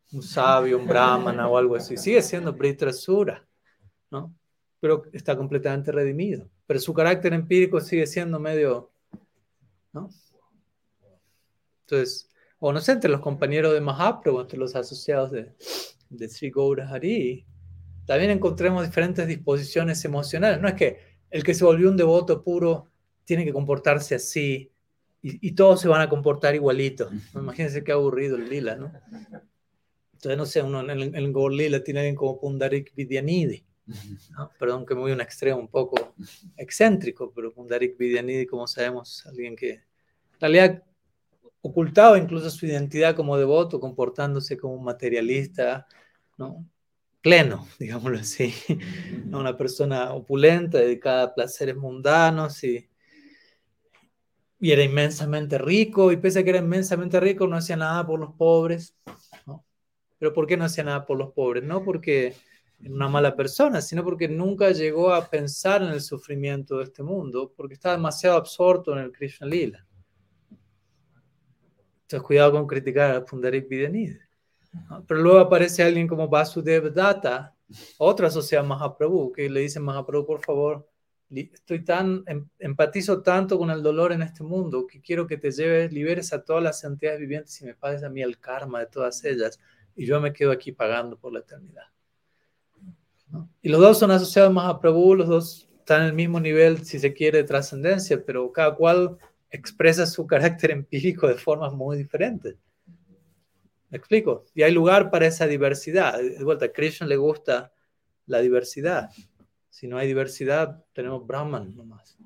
A: un sabio, un brahmana o algo así. Sigue siendo Vritrasura, ¿no? Pero está completamente redimido. Pero su carácter empírico sigue siendo medio, ¿no? Entonces, o no sé, entre los compañeros de Mahaprabhu, entre los asociados de, de Sri Gaura Hari, también encontremos diferentes disposiciones emocionales. No es que el que se volvió un devoto puro tiene que comportarse así y, y todos se van a comportar igualito. Imagínense qué aburrido el lila, ¿no? Entonces, no sé, uno en el, en el Gaur Lila tiene alguien como Pundarik Vidyanidhi, ¿no? Perdón que me voy a un extremo un poco excéntrico, pero Pundarik Vidyanidhi, como sabemos, alguien que en realidad ocultaba incluso su identidad como devoto, comportándose como un materialista, ¿no? Pleno, digámoslo así, ¿no? Una persona opulenta, dedicada a placeres mundanos y, y era inmensamente rico, y pese a que era inmensamente rico, no hacía nada por los pobres, ¿no? Pero ¿por qué no hacía nada por los pobres? No porque era una mala persona, sino porque nunca llegó a pensar en el sufrimiento de este mundo, porque estaba demasiado absorto en el Krishna Lila. Entonces, cuidado con criticar a Pundarik Vidyanidhi, ¿no? Pero luego aparece alguien como Vasudeva Datta, otro asociado a Mahaprabhu, que le dice a Mahaprabhu, por favor, estoy tan, em, empatizo tanto con el dolor en este mundo que quiero que te lleves, liberes a todas las entidades vivientes y me pagues a mí el karma de todas ellas, y yo me quedo aquí pagando por la eternidad, ¿no? Y los dos son asociados a Mahaprabhu, los dos están en el mismo nivel, si se quiere, de trascendencia, pero cada cual expresa su carácter empírico de formas muy diferentes. ¿Me explico? Y hay lugar para esa diversidad. De vuelta, a Krishna le gusta la diversidad. Si no hay diversidad, tenemos Brahman nomás.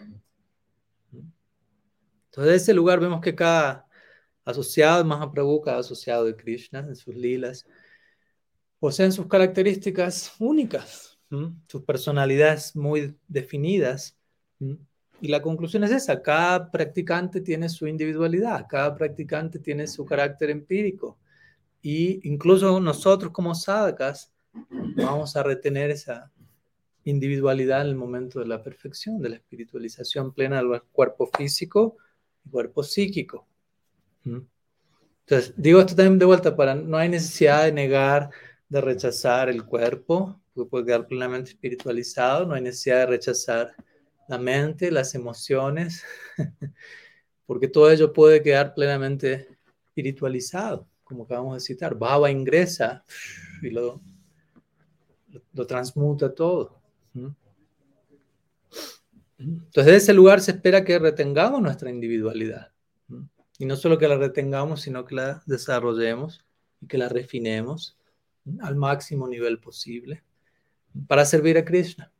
A: Entonces, de ese lugar vemos que cada asociado de Mahaprabhu, cada asociado de Krishna en sus lilas, poseen sus características únicas, ¿m? Sus personalidades muy definidas. ¿M? Y la conclusión es esa: cada practicante tiene su individualidad, cada practicante tiene su carácter empírico. Y incluso nosotros como sadhakas vamos a retener esa individualidad en el momento de la perfección, de la espiritualización plena del cuerpo físico y cuerpo psíquico. Entonces, digo esto también de vuelta para, no hay necesidad de negar, de rechazar el cuerpo, porque puede quedar plenamente espiritualizado, no hay necesidad de rechazar la mente, las emociones, porque todo ello puede quedar plenamente espiritualizado, como acabamos de citar. Bhava ingresa y lo, lo, lo transmuta todo. Entonces, de ese lugar se espera que retengamos nuestra individualidad. Y no solo que la retengamos, sino que la desarrollemos y que la refinemos al máximo nivel posible para servir a Krishna.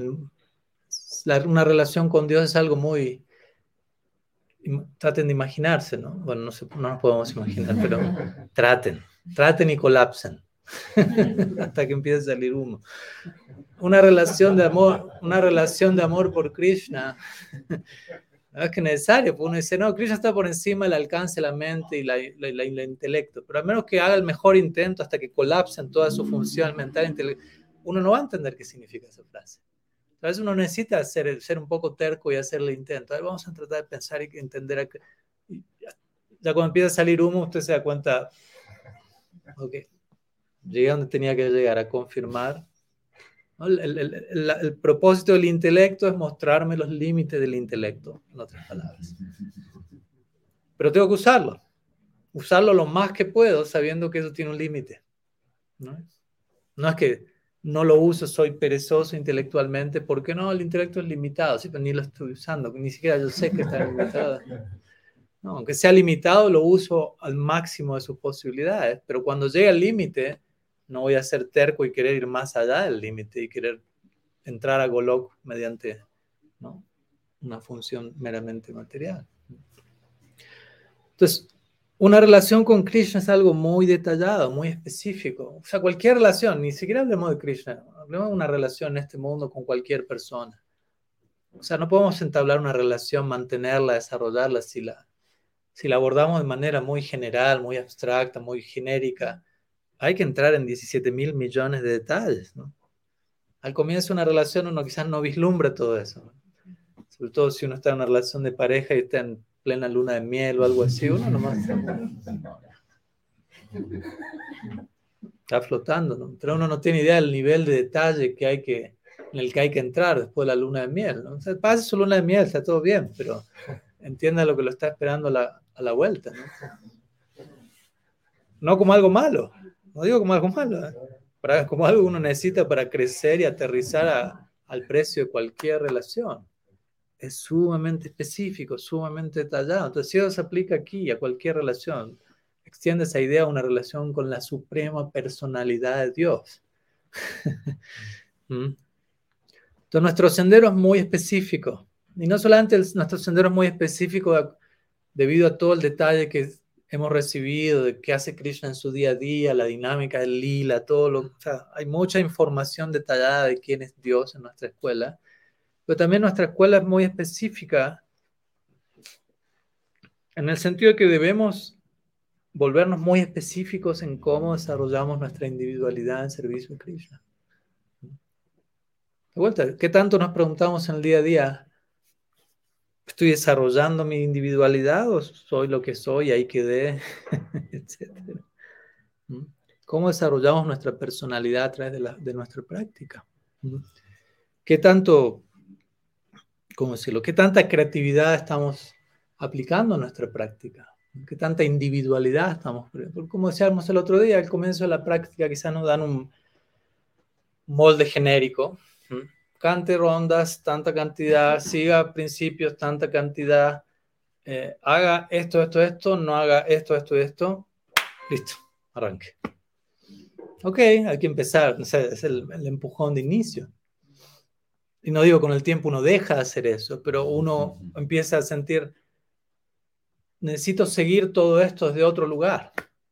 A: Una relación con Dios es algo muy... Traten de imaginarse, ¿no? Bueno, no, se, no nos podemos imaginar, pero traten, traten y colapsen hasta que empiece a salir humo. Una relación de amor, una relación de amor por Krishna, no es que es necesario, porque uno dice, no, Krishna está por encima del alcance de la mente y la, la, la, el intelecto, pero al menos que haga el mejor intento hasta que colapsen todas sus funciones mentales, uno no va a entender qué significa esa frase. A veces uno necesita ser, ser un poco terco y hacerle intento. A ver, vamos a tratar de pensar y entender. A que, y ya, ya cuando empieza a salir humo, usted se da cuenta, ok, llegué a donde tenía que llegar, a confirmar. ¿No? El, el, el, el, el propósito del intelecto es mostrarme los límites del intelecto, en otras palabras. Pero tengo que usarlo. Usarlo lo más que puedo, sabiendo que eso tiene un límite, ¿no? No es que no lo uso, soy perezoso intelectualmente, porque no, el intelecto es limitado, ¿sí? Pero ni lo estoy usando, ni siquiera yo sé que está limitado. No, aunque sea limitado, lo uso al máximo de sus posibilidades, pero cuando llegue al límite, no voy a ser terco y querer ir más allá del límite y querer entrar a Golok mediante, ¿no?, una función meramente material. Entonces, una relación con Krishna es algo muy detallado, muy específico. O sea, cualquier relación, ni siquiera hablemos de Krishna, hablemos de una relación en este mundo con cualquier persona. O sea, no podemos entablar una relación, mantenerla, desarrollarla si la, si la abordamos de manera muy general, muy abstracta, muy genérica. Hay que entrar en diecisiete mil millones de detalles, ¿no? Al comienzo de una relación uno quizás no vislumbra todo eso, ¿no? Sobre todo si uno está en una relación de pareja y está en plena luna de miel o algo así, uno nomás... Está flotando, ¿no? Pero uno no tiene idea del nivel de detalle que hay que, en el que hay que entrar después de la luna de miel, ¿no? O sea, pasa su luna de miel, está todo bien, pero entienda lo que lo está esperando a la, a la vuelta, ¿no? No como algo malo, no digo como algo malo, ¿eh? Para, como algo que uno necesita para crecer y aterrizar a, al precio de cualquier relación. Es sumamente específico, sumamente detallado. Entonces, si eso se aplica aquí a cualquier relación, extiende esa idea a una relación con la suprema personalidad de Dios. ¿Mm? Entonces, nuestro sendero es muy específico. Y no solamente el, nuestro sendero es muy específico de, debido a todo el detalle que hemos recibido de qué hace Krishna en su día a día, la dinámica del lila, todo lo, o sea, hay mucha información detallada de quién es Dios en nuestra escuela, pero también nuestra escuela es muy específica en el sentido de que debemos volvernos muy específicos en cómo desarrollamos nuestra individualidad en servicio a Krishna. De vuelta, ¿qué tanto nos preguntamos en el día a día? ¿Estoy desarrollando mi individualidad o soy lo que soy y ahí quedé? Etcétera. ¿Cómo desarrollamos nuestra personalidad a través de, la, de nuestra práctica? ¿Qué tanto, cómo decirlo, qué tanta creatividad estamos aplicando a nuestra práctica? ¿Qué tanta individualidad estamos? Como decíamos el otro día, al comienzo de la práctica quizás nos dan un molde genérico. Cante rondas, tanta cantidad, siga principios, tanta cantidad, eh, haga esto, esto, esto, no haga esto, esto, esto. Listo, arranque. Ok, hay que empezar, o sea, es el, el empujón de inicio. Y no digo con el tiempo uno deja de hacer eso, pero uno empieza a sentir, necesito seguir todo esto desde otro lugar.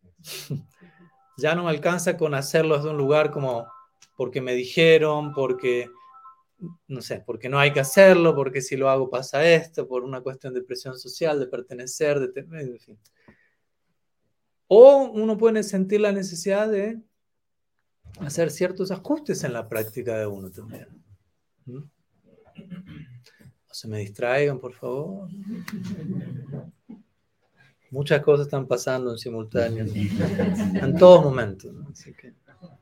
A: Ya no me alcanza con hacerlo desde un lugar como porque me dijeron, porque, no sé, porque no hay que hacerlo, porque si lo hago pasa esto, por una cuestión de presión social, de pertenecer, de tener, en fin. O uno puede sentir la necesidad de hacer ciertos ajustes en la práctica de uno también. ¿Mm? No se me distraigan, por favor. Muchas cosas están pasando en simultáneo, en todo momento, ¿no? Así que...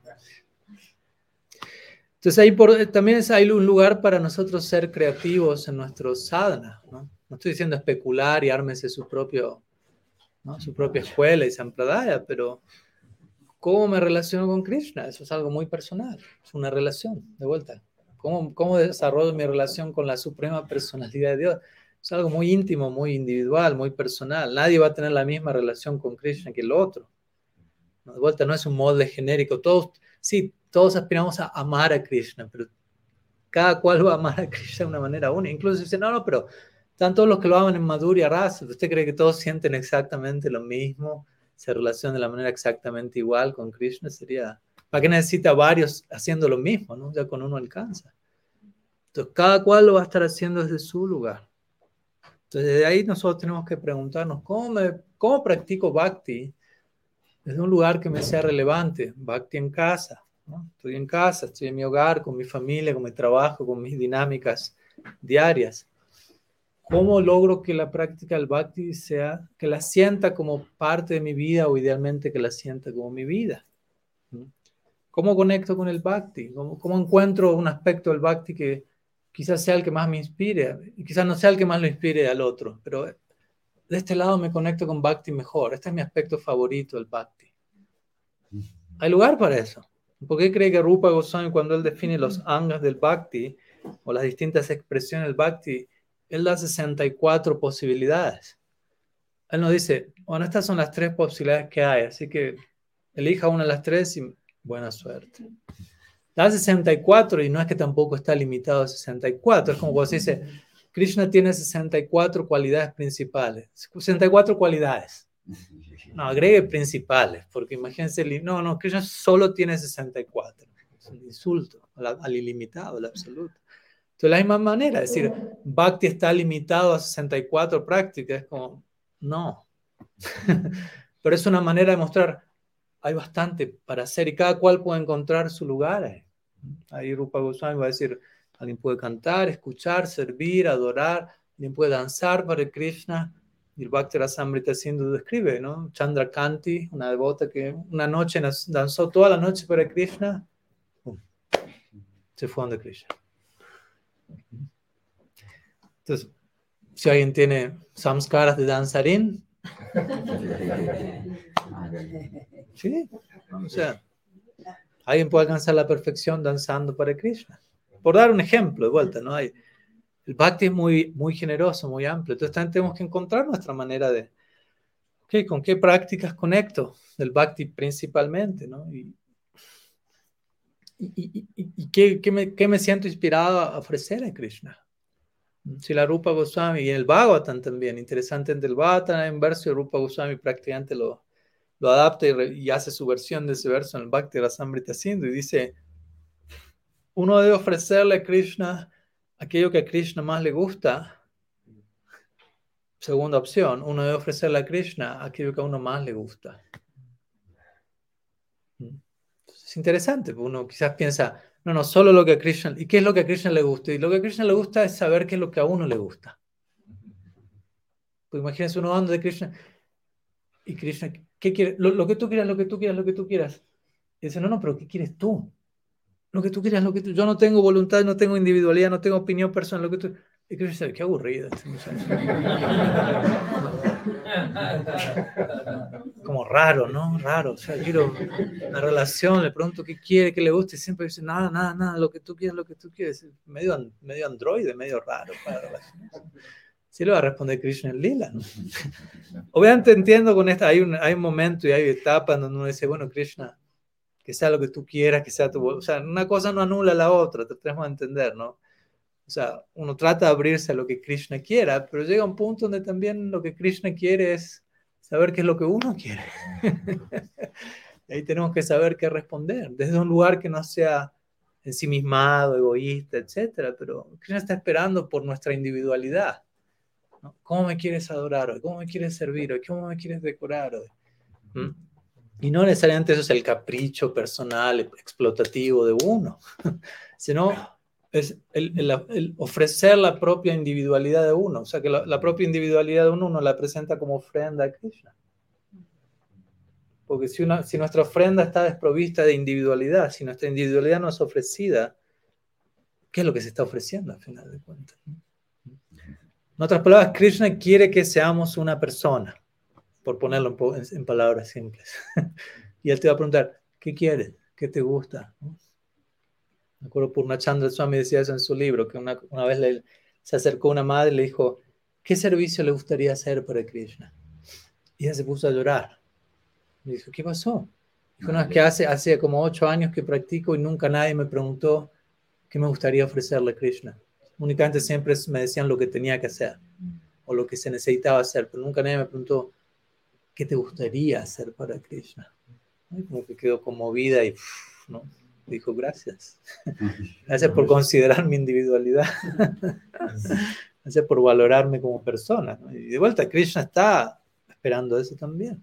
A: Entonces ahí por, también es, hay un lugar para nosotros ser creativos en nuestro sadhana, ¿no? No estoy diciendo especular y ármese su, propio, ¿no? su propia escuela y sampradaya, pero ¿cómo me relaciono con Krishna? Eso es algo muy personal, es una relación, de vuelta. ¿Cómo, cómo desarrollo mi relación con la suprema personalidad de Dios? Es algo muy íntimo, muy individual, muy personal. Nadie va a tener la misma relación con Krishna que el otro. De vuelta, no es un molde genérico. Todos, sí, todos aspiramos a amar a Krishna, pero cada cual va a amar a Krishna de una manera única. Incluso dicen, no, no, pero están todos los que lo aman en Madhurya Rasa. ¿Usted cree que todos sienten exactamente lo mismo? Se relacionan de la manera exactamente igual con Krishna. Sería, ¿para qué necesita varios haciendo lo mismo? ¿No? Ya con uno alcanza. Entonces, cada cual lo va a estar haciendo desde su lugar. Entonces, de ahí nosotros tenemos que preguntarnos, ¿cómo, me, cómo practico Bhakti desde un lugar que me sea relevante? Bhakti en casa, ¿no? Estoy en casa, estoy en mi hogar, con mi familia, con mi trabajo, con mis dinámicas diarias. ¿Cómo logro que la práctica del Bhakti sea, que la sienta como parte de mi vida o idealmente que la sienta como mi vida? ¿Cómo conecto con el Bhakti? ¿Cómo, cómo encuentro un aspecto del Bhakti que quizás sea el que más me inspire? Y quizás no sea el que más lo inspire al otro, pero de este lado me conecto con Bhakti mejor. Este es mi aspecto favorito del Bhakti. Hay lugar para eso. ¿Por qué cree que Rupa Goswami, cuando él define los angas del Bhakti o las distintas expresiones del Bhakti, él da sesenta y cuatro posibilidades? Él nos dice, bueno, estas son las tres posibilidades que hay, así que elija una de las tres y buena suerte. Da sesenta y cuatro y no es que tampoco está limitado a sesenta y cuatro, es como cuando se dice, Krishna tiene sesenta y cuatro cualidades principales. sesenta y cuatro cualidades. No, agregue principales, porque imagínense, no, no, Krishna solo tiene sesenta y cuatro. Es un insulto al, al ilimitado, al absoluto. Entonces, de la misma manera, es decir, Bhakti está limitado a sesenta y cuatro prácticas, es como, no. Pero es una manera de mostrar, hay bastante para hacer y cada cual puede encontrar su lugar ahí. Ahí Rupa Goswami va a decir, alguien puede cantar, escuchar, servir, adorar, alguien puede danzar para Krishna, Y el Bhakti Rasamrita Sindhu describe, ¿no? Chandrakanti, una devota que una noche danzó toda la noche para Krishna, ¡pum!, se fue donde Krishna. Entonces, si alguien tiene samskaras de danzarín, sí, o sea, alguien puede alcanzar la perfección danzando para Krishna. Por dar un ejemplo, de vuelta, ¿no? Hay, el Bhakti es muy, muy generoso, muy amplio. Entonces también tenemos que encontrar nuestra manera de, okay, ¿con qué prácticas conecto? Del Bhakti principalmente, ¿no? Y, y, y, y, y qué, qué, me, qué me siento inspirado a ofrecer a Krishna. Si la Rupa Goswami, y en el Bhagavatam también, interesante, en el Bhagavatam hay un verso de Rupa Goswami prácticamente lo, lo adapta y, re, y hace su versión de ese verso en el Bhakti Rasamrita Sindhu y dice, uno debe ofrecerle a Krishna aquello que a Krishna más le gusta. Segunda opción, uno debe ofrecerle a Krishna aquello que a uno más le gusta. Es interesante, porque uno quizás piensa, no, no, solo lo que a Krishna, ¿y qué es lo que a Krishna le gusta? Y lo que a Krishna le gusta es saber qué es lo que a uno le gusta. Pues imagínense uno hablando de Krishna, y Krishna, ¿qué quiere? Lo, lo que tú quieras, lo que tú quieras, lo que tú quieras. Y dice, no, no, pero ¿qué quieres tú? Lo que tú quieras, lo que tú... Yo no tengo voluntad, no tengo individualidad, no tengo opinión personal, lo que tú... Y Krishna dice, qué aburrido. Como raro, ¿no? Raro. O sea, quiero una relación, le pregunto qué quiere, qué le gusta, y siempre dice, nada, nada, nada, lo que tú quieras, lo que tú quieres. Medio, medio androide, medio raro para relaciones. Sí le va a responder Krishna en lila, ¿no? Obviamente entiendo con esta, hay un, hay un momento y hay etapas donde uno dice, bueno, Krishna, que sea lo que tú quieras, que sea tu... O sea, una cosa no anula la otra, te tenemos que entender, ¿no? O sea, uno trata de abrirse a lo que Krishna quiera, pero llega un punto donde también lo que Krishna quiere es saber qué es lo que uno quiere. Y ahí tenemos que saber qué responder, desde un lugar que no sea ensimismado, egoísta, etcétera, pero Krishna está esperando por nuestra individualidad, ¿no? ¿Cómo me quieres adorar hoy? ¿Cómo me quieres servir hoy? ¿Cómo me quieres decorar hoy? ¿Mm? Y no necesariamente eso es el capricho personal, explotativo de uno, sino es el, el, el ofrecer la propia individualidad de uno. O sea, que la, la propia individualidad de uno uno la presenta como ofrenda a Krishna. Porque si, una, si nuestra ofrenda está desprovista de individualidad, si nuestra individualidad no es ofrecida, ¿qué es lo que se está ofreciendo al final de cuentas? En otras palabras, Krishna quiere que seamos una persona, por ponerlo en, en palabras simples. Y él te va a preguntar, ¿qué quieres? ¿Qué te gusta? Me acuerdo Purnachandra Swami decía eso en su libro, que una, una vez le, se acercó una madre y le dijo, ¿qué servicio le gustaría hacer para Krishna? Y ella se puso a llorar. Y dijo, ¿qué pasó? Dijo, no, es que hace, hace como ocho años que practico y nunca nadie me preguntó qué me gustaría ofrecerle a Krishna. Únicamente siempre me decían lo que tenía que hacer o lo que se necesitaba hacer, pero nunca nadie me preguntó qué te gustaría hacer para Krishna. Y como que quedó conmovida y ¿no? Dijo, gracias. Gracias por considerar mi individualidad. Gracias por valorarme como persona, ¿no? Y de vuelta, Krishna está esperando eso también.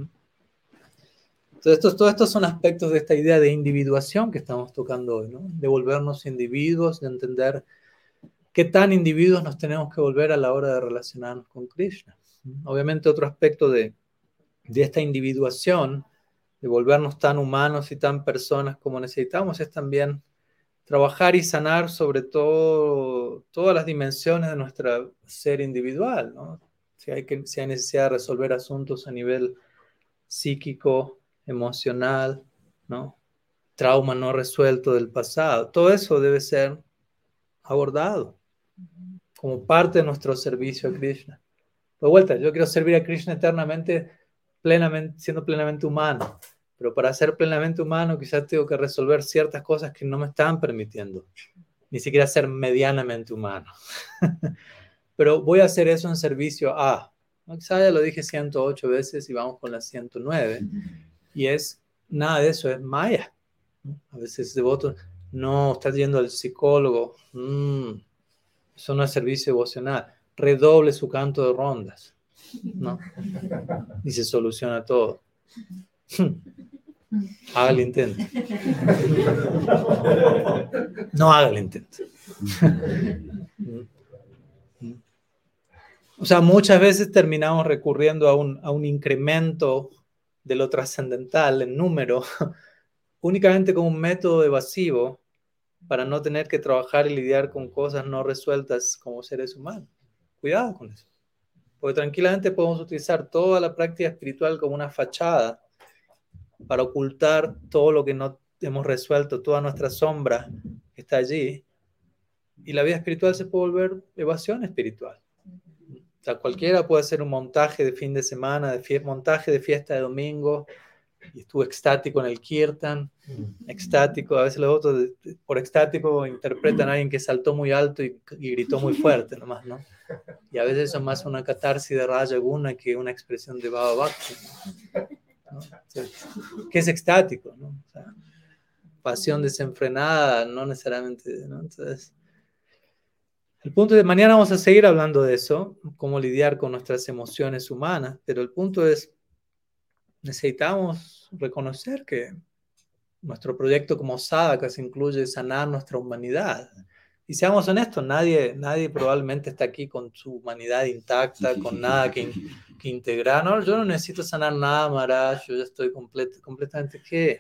A: Entonces, estos, todos estos son aspectos de esta idea de individuación que estamos tocando hoy, ¿no? De volvernos individuos, de entender qué tan individuos nos tenemos que volver a la hora de relacionarnos con Krishna. Obviamente, otro aspecto de, de esta individuación, de volvernos tan humanos y tan personas como necesitamos, es también trabajar y sanar sobre todo todas las dimensiones de nuestro ser individual, ¿no? Si hay, que, si hay necesidad de resolver asuntos a nivel psíquico, emocional, ¿no? Trauma no resuelto del pasado, todo eso debe ser abordado como parte de nuestro servicio a Krishna. De vuelta, yo quiero servir a Krishna eternamente, plenamente, siendo plenamente humano. Pero para ser plenamente humano quizás tengo que resolver ciertas cosas que no me están permitiendo ni siquiera ser medianamente humano. Pero voy a hacer eso en servicio a, quizás ya lo dije ciento ocho veces y vamos con la ciento nueve, y es, nada de eso es maya. A veces devotos, no, estás yendo al psicólogo, mm, eso no es servicio devocional, redoble su canto de rondas, ¿no? Y se soluciona todo. Haga el intento. No haga el intento. O sea, muchas veces terminamos recurriendo a un, a un incremento de lo trascendental en número, únicamente como un método evasivo para no tener que trabajar y lidiar con cosas no resueltas como seres humanos. Cuidado con eso. Porque tranquilamente podemos utilizar toda la práctica espiritual como una fachada para ocultar todo lo que no hemos resuelto, toda nuestra sombra que está allí. Y la vida espiritual se puede volver evasión espiritual. O sea, cualquiera puede hacer un montaje de fin de semana, de fie- montaje de fiesta de domingo, y estuvo extático en el kirtan, extático, a veces los otros por extático interpretan a alguien que saltó muy alto y, y gritó muy fuerte nomás, ¿no? Y a veces eso es más una catarsis de Raja Guna que una expresión de Baba Bhakti, ¿no? O sea, que es extático, ¿no? O sea, pasión desenfrenada, no necesariamente, ¿no? Entonces, el punto de mañana vamos a seguir hablando de eso, cómo lidiar con nuestras emociones humanas, pero el punto es, necesitamos reconocer que nuestro proyecto como sadhakas incluye sanar nuestra humanidad. Y seamos honestos, nadie, nadie probablemente está aquí con su humanidad intacta, con nada que, que integrar. No, yo no necesito sanar nada, Maharaj, yo ya estoy complet, completamente ¿qué?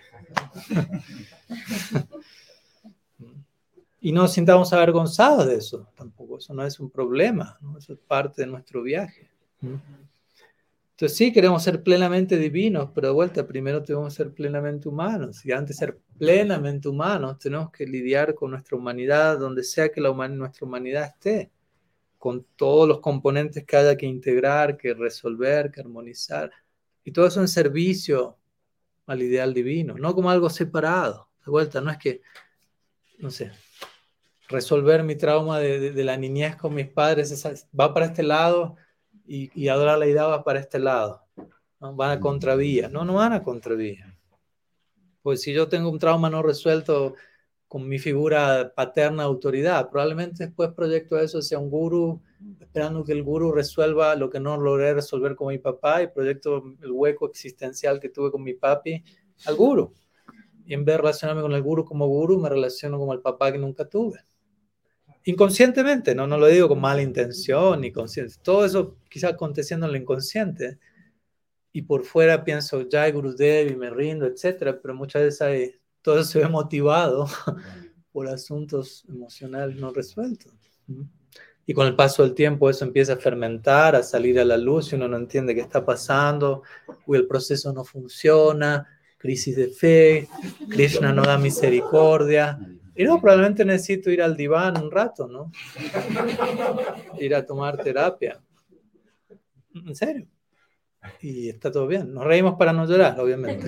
A: Y no nos sintamos avergonzados de eso tampoco, eso no es un problema, ¿no? Eso es parte de nuestro viaje. Entonces sí, queremos ser plenamente divinos, pero de vuelta, primero tenemos que ser plenamente humanos. Y antes de ser plenamente humanos, tenemos que lidiar con nuestra humanidad, donde sea que la human- nuestra humanidad esté, con todos los componentes que haya que integrar, que resolver, que armonizar. Y todo eso en servicio al ideal divino, no como algo separado. De vuelta, no es que, no sé, resolver mi trauma de, de, de la niñez con mis padres es, va para este lado y, y adorar la idea va para este lado. ¿No? Van a contravía. No, no van a contravía. Pues si yo tengo un trauma no resuelto con mi figura paterna autoridad, probablemente después proyecto eso hacia un gurú, esperando que el gurú resuelva lo que no logré resolver con mi papá y proyecto el hueco existencial que tuve con mi papi al gurú. Y en vez de relacionarme con el gurú como gurú, me relaciono con el papá que nunca tuve. Inconscientemente, no, no lo digo con mala intención ni consciente. Todo eso quizá aconteciendo en lo inconsciente. Y por fuera pienso, Jai Gurudev y me rindo, etcétera, pero muchas veces hay, todo eso se ve motivado por asuntos emocionales no resueltos. Y con el paso del tiempo eso empieza a fermentar, a salir a la luz y uno no entiende qué está pasando, uy, el proceso no funciona, crisis de fe, Krishna no da misericordia. Y no, probablemente necesito ir al diván un rato, ¿no? Ir a tomar terapia. ¿En serio? Y está todo bien. Nos reímos para no llorar, obviamente.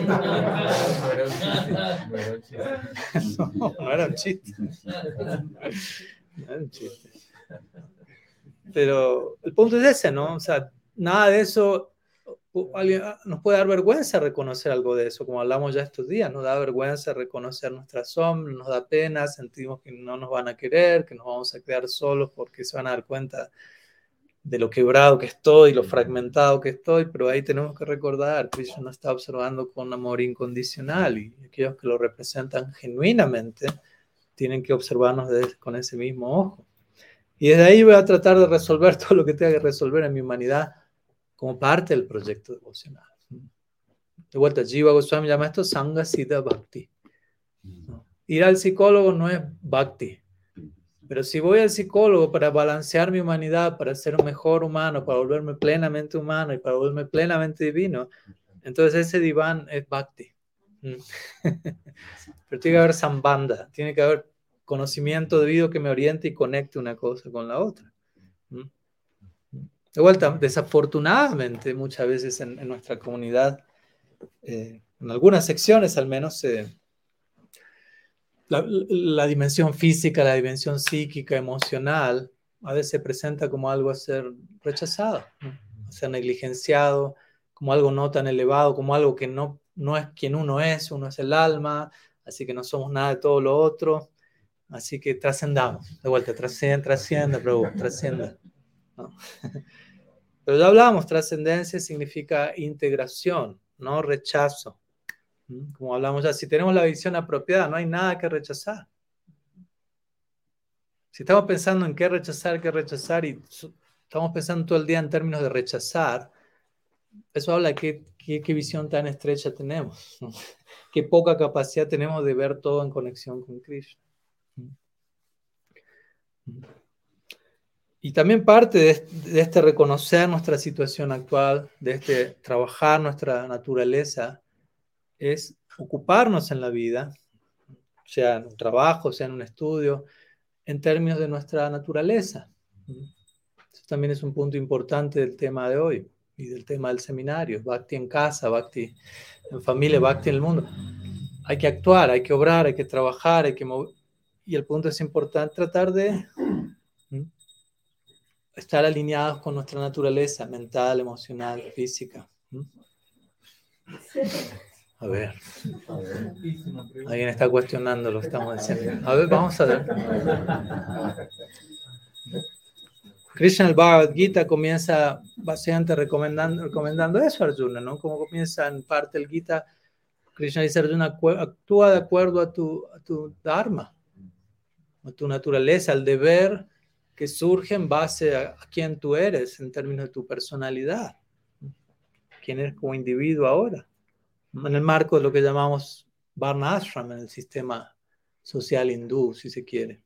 A: No, no era un chiste. No era un chiste. Pero el punto es ese, ¿no? O sea, nada de eso nos puede dar vergüenza reconocer algo de eso, como hablamos ya estos días, nos da vergüenza reconocer nuestra sombra, nos da pena, sentimos que no nos van a querer, que nos vamos a quedar solos porque se van a dar cuenta de lo quebrado que estoy, lo fragmentado que estoy, pero ahí tenemos que recordar que Krishna nos está observando con amor incondicional y aquellos que lo representan genuinamente tienen que observarnos de, con ese mismo ojo. Y desde ahí voy a tratar de resolver todo lo que tenga que resolver en mi humanidad como parte del proyecto devocional. De vuelta, Jiva Goswami llama esto Sangha Siddha Bhakti. ¿No? Ir al psicólogo no es Bhakti. Pero si voy al psicólogo para balancear mi humanidad, para ser un mejor humano, para volverme plenamente humano y para volverme plenamente divino, entonces ese diván es Bhakti. Pero tiene que haber sambandha, tiene que haber conocimiento debido que me oriente y conecte una cosa con la otra. De vuelta, desafortunadamente, muchas veces en, en nuestra comunidad, eh, en algunas secciones al menos, eh, la, la dimensión física, la dimensión psíquica, emocional, a veces se presenta como algo a ser rechazado, ¿no? A ser negligenciado, como algo no tan elevado, como algo que no, no es quien uno es, uno es el alma, así que no somos nada de todo lo otro, así que trascendamos, de vuelta, trasciende, trasciende, Prabhu, trasciende, ¿no? Pero ya hablamos, trascendencia significa integración, no rechazo. Como hablamos ya, si tenemos la visión apropiada, no hay nada que rechazar. Si estamos pensando en qué rechazar, qué rechazar, y estamos pensando todo el día en términos de rechazar, eso habla de qué, qué, qué visión tan estrecha tenemos, ¿no? Qué poca capacidad tenemos de ver todo en conexión con Krishna. Y también parte de, de este reconocer nuestra situación actual, de este trabajar nuestra naturaleza, es ocuparnos en la vida, sea en un trabajo, sea en un estudio, en términos de nuestra naturaleza. Eso también es un punto importante del tema de hoy y del tema del seminario. Bhakti en casa, Bhakti en familia, Bhakti en el mundo. Hay que actuar, hay que obrar, hay que trabajar, hay que mover. Y el punto es importante tratar de ¿sí? estar alineados con nuestra naturaleza mental, emocional, física. A ver. Alguien está cuestionando lo que estamos diciendo. A ver, vamos a ver. Krishna, el Bhagavad Gita, comienza básicamente recomendando, recomendando eso a Arjuna, ¿no? Como comienza en parte el Gita, Krishna dice a Arjuna, actúa de acuerdo a tu, a tu dharma, a tu naturaleza, al deber que surge en base a, a quién tú eres en términos de tu personalidad, quién eres como individuo ahora, en el marco de lo que llamamos Varna Ashram, en el sistema social hindú, si se quiere.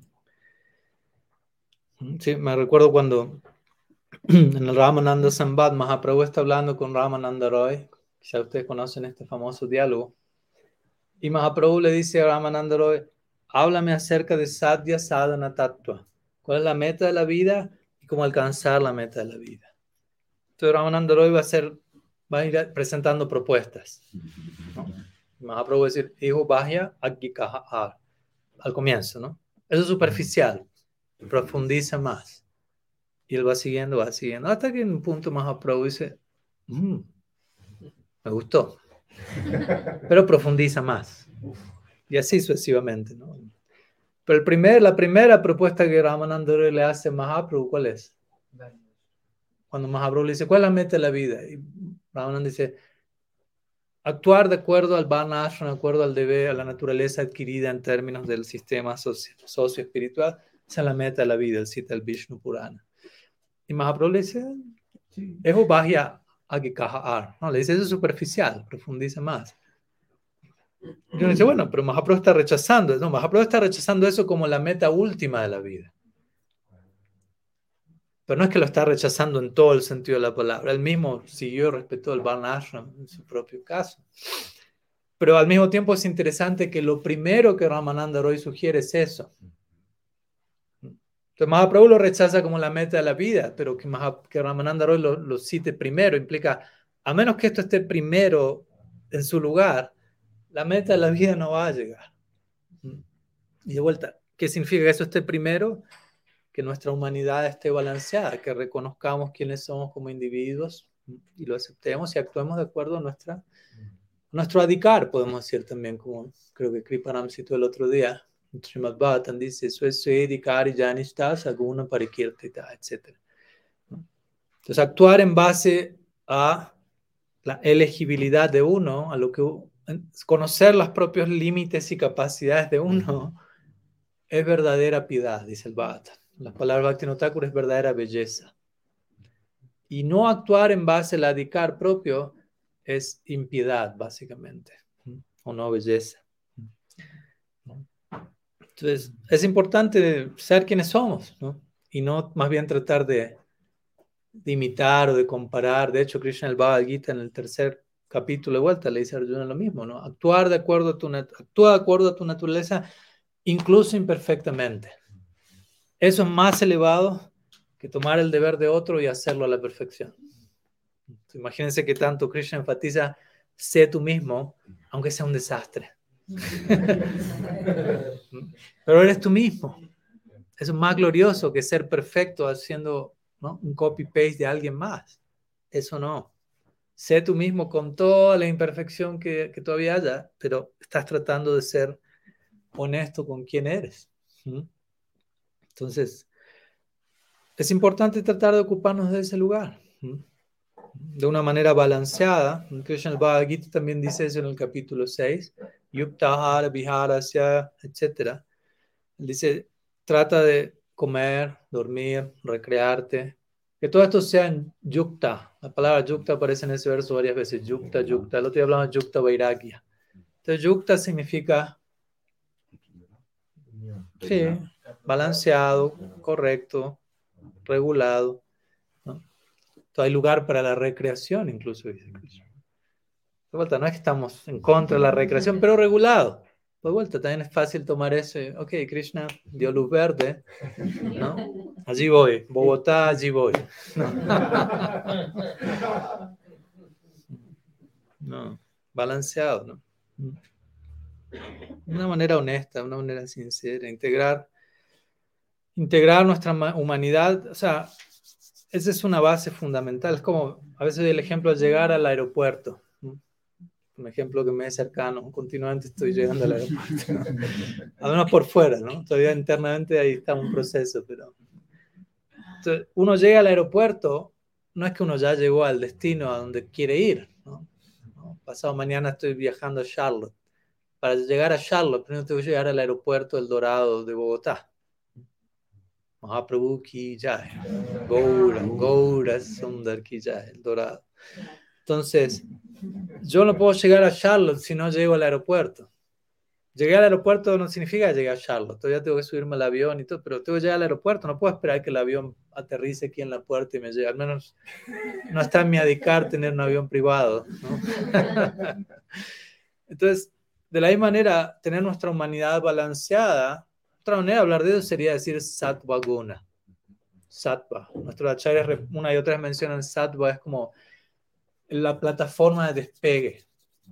A: Sí, me recuerdo cuando en el Ramananda Samvad, Mahaprabhu está hablando con Ramananda Roy, quizá ustedes conocen este famoso diálogo, y Mahaprabhu le dice a Ramananda Roy, háblame acerca de Sadhya Sadhana Tattva, cuál es la meta de la vida y cómo alcanzar la meta de la vida. Entonces Ramananda Roy va a, hacer, va a ir presentando propuestas, ¿no? Mahaprabhu va a decir, Iho Bahya Agikaha, al comienzo, ¿no? Eso es superficial, profundiza más. Y él va siguiendo, va siguiendo, hasta que en un punto Mahaprabhu dice, mmm, me gustó, pero profundiza más. Y así sucesivamente, ¿no? Pero el primer, la primera propuesta que Ramananda le hace a Mahaprabhu, ¿cuál es? Cuando Mahaprabhu le dice, ¿cuál es la meta de la vida? Y Ramananda dice, actuar de acuerdo al Varna Ashram, de acuerdo al deber, a la naturaleza adquirida en términos del sistema socio, socio-espiritual, esa es la meta de la vida, él cita el Vishnu Purana. Y Mahaprabhu le dice, eso Bahya Agikaha, no, le dice, eso es superficial, profundiza más. Y uno dice, bueno, pero Mahaprabhu está rechazando, no, Mahaprabhu está rechazando eso como la meta última de la vida. Pero no es que lo está rechazando en todo el sentido de la palabra. Él mismo siguió y respetó el Varna Ashram en su propio caso. Pero al mismo tiempo es interesante que lo primero que Ramananda Roy sugiere es eso. Entonces Mahaprabhu lo rechaza como la meta de la vida, pero que, Maha, que Ramananda Roy lo, lo cite primero implica, a menos que esto esté primero en su lugar, la meta de la vida no va a llegar. Y de vuelta, ¿qué significa que eso esté primero? Que nuestra humanidad esté balanceada, que reconozcamos quiénes somos como individuos y lo aceptemos y actuemos de acuerdo a nuestra, nuestro adhikar, podemos decir también, como creo que Kriparam citó el otro día, Srimad Bhattan dice, eso es adhikari janishta saguna parikirtita, etcétera. Entonces, actuar en base a la elegibilidad de uno, a lo que conocer los propios límites y capacidades de uno, es verdadera piedad, dice el Bhattan. La palabra Bhaktivinoda Thakur es verdadera belleza. Y no actuar en base al adhikar propio es impiedad, básicamente, o no belleza. Entonces, es importante ser quienes somos, ¿no? Y no más bien tratar de, de imitar o de comparar. De hecho, Krishna en el Bhagavad Gita, en el tercer capítulo de vuelta, le dice a Arjuna lo mismo, ¿no? Actuar de acuerdo a tu, actúa de acuerdo a tu naturaleza, incluso imperfectamente. Eso es más elevado que tomar el deber de otro y hacerlo a la perfección. Entonces, imagínense que tanto Krishna enfatiza, sé tú mismo, aunque sea un desastre. Pero eres tú mismo. Eso es más glorioso que ser perfecto haciendo, ¿no?, un copy-paste de alguien más. Eso no. Sé tú mismo con toda la imperfección que, que todavía haya, pero estás tratando de ser honesto con quién eres. Entonces, es importante tratar de ocuparnos de ese lugar de una manera balanceada. Krishna el Bhagavad Gita también dice eso en el capítulo seis, Yuptahara, Viharasya, etcétera. Él dice, trata de comer, dormir, recrearte que todo esto sea en yukta. La palabra yukta aparece en ese verso varias veces. Yukta, yukta. El otro día hablamos de yukta vairagya. Entonces, yukta significa, sí, balanceado, correcto, regulado, ¿no? Entonces, hay lugar para la recreación, incluso, dice Krishna. De vuelta, no es que estamos en contra de la recreación, pero regulado. De vuelta, también es fácil tomar ese, ok, Krishna dio luz verde, ¿no? Allí voy, Bogotá, allí voy. No, no, balanceado, ¿no? De una manera honesta, de una manera sincera, integrar, integrar nuestra humanidad, o sea, esa es una base fundamental. Es como, a veces el ejemplo es llegar al aeropuerto, ¿no? Un ejemplo que me es cercano, continuamente estoy llegando al aeropuerto, ¿no? Al menos por fuera, ¿no? Todavía internamente ahí está un proceso, pero... Entonces, uno llega al aeropuerto, no es que uno ya llegó al destino a donde quiere ir, ¿no? ¿No? Pasado mañana estoy viajando a Charlotte. Para llegar a Charlotte, primero tengo que llegar al aeropuerto El Dorado de Bogotá. Mahaprabhu ki jai, Goura, Goura Sundar ki jai, El Dorado. Entonces, yo no puedo llegar a Charlotte si no llego al aeropuerto. Llegué al aeropuerto no significa llegar a Charlotte, todavía tengo que subirme al avión y todo, pero tengo que llegar al aeropuerto, no puedo esperar que el avión aterrice aquí en la puerta y me llegue. Al menos no está en mi adicar tener un avión privado, ¿no? Entonces, de la misma manera, tener nuestra humanidad balanceada, otra manera de hablar de eso sería decir sattva guna. Sattva. Nuestros acharyas una y otra vez mencionan sattva, es como la plataforma de despegue.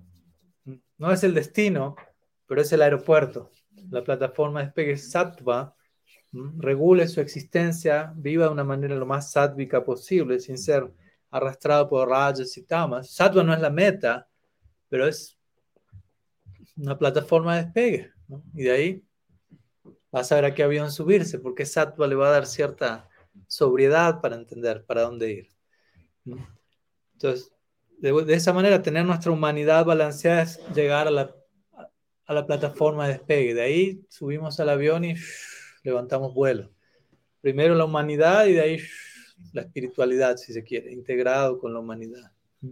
A: No es el destino, pero es el aeropuerto. La plataforma de despegue sattva, regule su existencia, viva de una manera lo más sátvica posible, sin ser arrastrado por rajas y tamas. Sattva no es la meta, pero es una plataforma de despegue, ¿no? Y de ahí vas a ver a qué avión subirse, porque sattva le va a dar cierta sobriedad para entender para dónde ir, ¿no? Entonces, de, de esa manera, tener nuestra humanidad balanceada es llegar a la, a la plataforma de despegue. De ahí subimos al avión y shh, levantamos vuelo. Primero la humanidad y de ahí shh, la espiritualidad, si se quiere, integrado con la humanidad.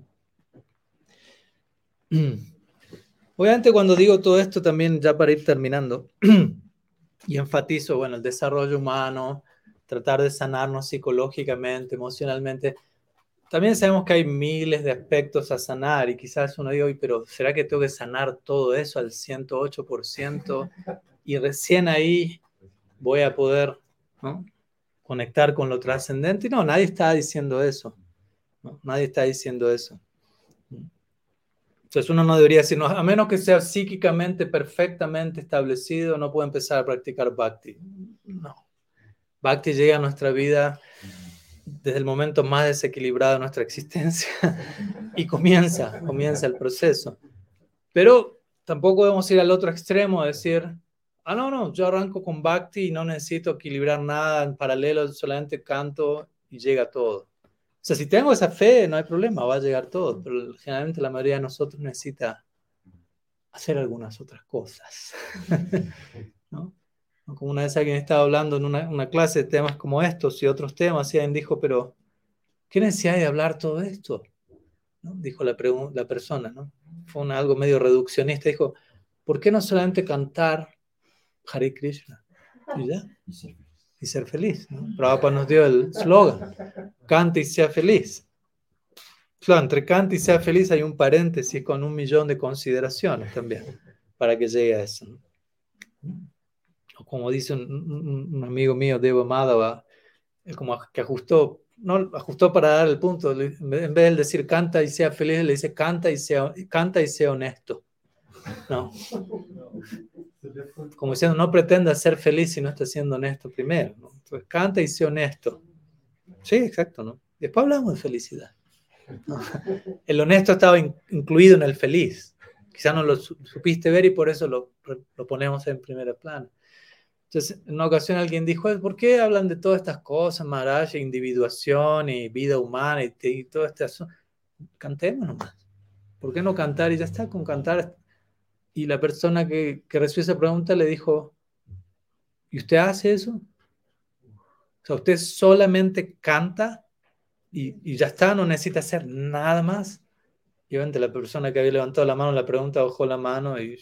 A: Obviamente cuando digo todo esto también, ya para ir terminando, y enfatizo, bueno, el desarrollo humano, tratar de sanarnos psicológicamente, emocionalmente. También sabemos que hay miles de aspectos a sanar y quizás uno diga, pero ¿será que tengo que sanar todo eso al ciento ocho por ciento? Y recién ahí voy a poder, ¿no?, conectar con lo trascendente. Y no, nadie está diciendo eso, ¿no? Nadie está diciendo eso. Entonces uno no debería decir, no, a menos que sea psíquicamente perfectamente establecido, no puedo empezar a practicar Bhakti. No. Bhakti llega a nuestra vida desde el momento más desequilibrado de nuestra existencia y comienza, comienza el proceso. Pero tampoco debemos ir al otro extremo, decir, ah, no, no, yo arranco con Bhakti y no necesito equilibrar nada en paralelo, solamente canto y llega todo. O sea, si tengo esa fe, no hay problema, va a llegar todo, pero generalmente la mayoría de nosotros necesita hacer algunas otras cosas, ¿no? Como una vez alguien estaba hablando en una, una clase de temas como estos y otros temas, y alguien dijo, pero ¿qué necesidad de hablar todo esto?, ¿no? Dijo la, la persona, ¿no? Fue una, algo medio reduccionista, dijo, ¿por qué no solamente cantar Hare Krishna? Y ya, y ser feliz, ¿no? Prabhupada nos dio el slogan, canta y sea feliz. Claro, entre canta y sea feliz hay un paréntesis con un millón de consideraciones también, para que llegue a eso, ¿no? Como dice un, un, un amigo mío, Deva Madhava, él como que ajustó, no ajustó para dar el punto, en vez de decir canta y sea feliz, le dice canta y sea, canta y sea honesto, ¿no? Como diciendo, no pretenda ser feliz si no está siendo honesto primero, ¿no? Entonces canta y sea honesto. Sí, exacto, ¿no? Después hablamos de felicidad, ¿no? El honesto estaba in, incluido en el feliz, quizás no lo supiste ver y por eso lo, lo ponemos en primer plano. Entonces, en una ocasión alguien dijo, ¿por qué hablan de todas estas cosas, Maharaj, individuación y vida humana y, y todo este asunto? Cantemos nomás. ¿Por qué no cantar? Y ya está, con cantar. Y la persona que, que recibió esa pregunta le dijo, ¿y usted hace eso? O sea, ¿usted solamente canta y, y ya está, no necesita hacer nada más. Y obviamente la persona que había levantado la mano, la pregunta bajó la mano y...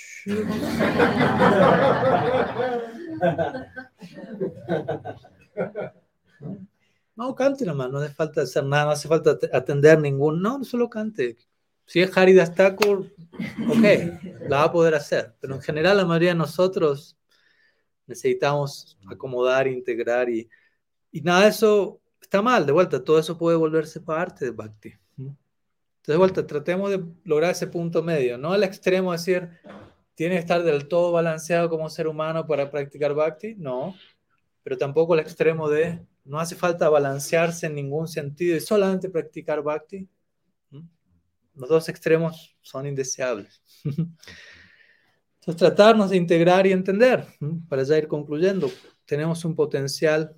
A: No, cante nomás, no hace falta hacer nada, no hace falta atender ningún... No, solo cante. Si es Haridas Thakur, ok, la va a poder hacer. Pero en general la mayoría de nosotros necesitamos acomodar, integrar y, y nada de eso está mal. De vuelta, todo eso puede volverse parte de Bhakti. Entonces, de vuelta, tratemos de lograr ese punto medio. No al extremo de decir, tiene que estar del todo balanceado como ser humano para practicar Bhakti. No. Pero tampoco al extremo de no hace falta balancearse en ningún sentido y solamente practicar Bhakti. Los dos extremos son indeseables. Entonces, tratarnos de integrar y entender, para ya ir concluyendo, tenemos un potencial.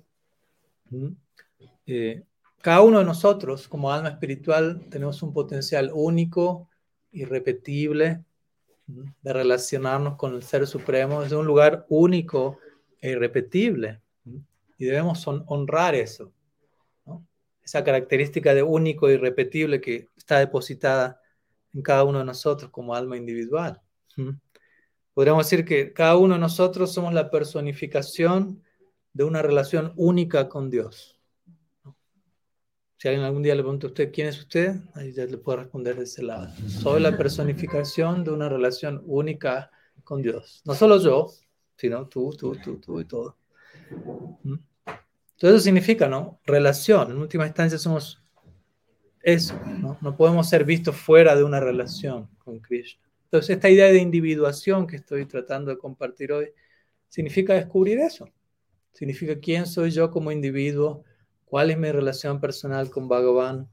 A: Eh, cada uno de nosotros, como alma espiritual, tenemos un potencial único, irrepetible, de relacionarnos con el Ser Supremo desde un lugar único e irrepetible. Y debemos honrar eso, ¿no? Esa característica de único e irrepetible que está depositada en cada uno de nosotros como alma individual. Podríamos decir que cada uno de nosotros somos la personificación de una relación única con Dios. Si alguien algún día le pregunta a usted quién es usted, ahí ya le puedo responder de ese lado. Soy la personificación de una relación única con Dios. No solo yo, sino tú, tú, tú, tú y todo. Entonces eso significa, ¿no? Relación. En última instancia somos eso, ¿no? No podemos ser vistos fuera de una relación con Krishna. Entonces esta idea de individuación que estoy tratando de compartir hoy significa descubrir eso. Significa quién soy yo como individuo, cuál es mi relación personal con Bhagavan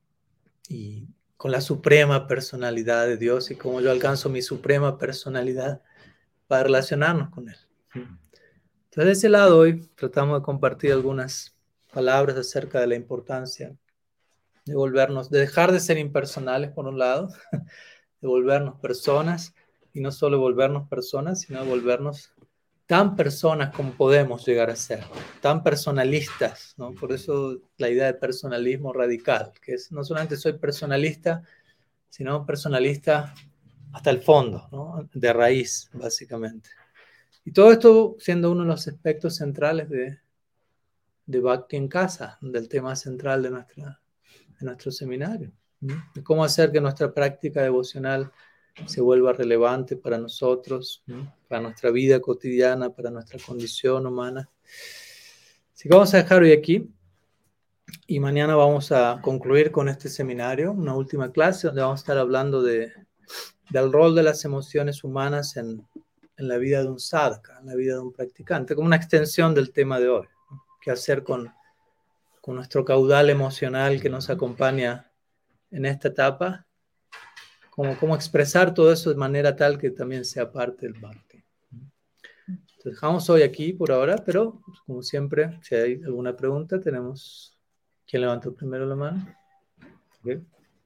A: y con la suprema personalidad de Dios y cómo yo alcanzo mi suprema personalidad para relacionarnos con Él. Entonces, de ese lado hoy tratamos de compartir algunas palabras acerca de la importancia de volvernos, de dejar de ser impersonales por un lado, de volvernos personas y no solo volvernos personas, sino volvernos tan personas como podemos llegar a ser, tan personalistas, ¿no? Por eso la idea de personalismo radical, que es no solamente soy personalista, sino personalista hasta el fondo, ¿no? De raíz, básicamente. Y todo esto siendo uno de los aspectos centrales de, de Bhakti en Casa, del tema central de, nuestra, de nuestro seminario, ¿no? De cómo hacer que nuestra práctica devocional se vuelva relevante para nosotros, ¿no? Para nuestra vida cotidiana, para nuestra condición humana. Así que vamos a dejar hoy aquí y mañana vamos a concluir con este seminario, una última clase donde vamos a estar hablando de, del rol de las emociones humanas en, en la vida de un sadhaka, en la vida de un practicante, como una extensión del tema de hoy, ¿no? ¿Qué hacer con, con nuestro caudal emocional que nos acompaña en esta etapa? Cómo, cómo expresar todo eso de manera tal que también sea parte del Bhakti. Entonces dejamos hoy aquí por ahora, pero como siempre, si hay alguna pregunta, tenemos... ¿Quién levantó primero la mano? ¿Okay?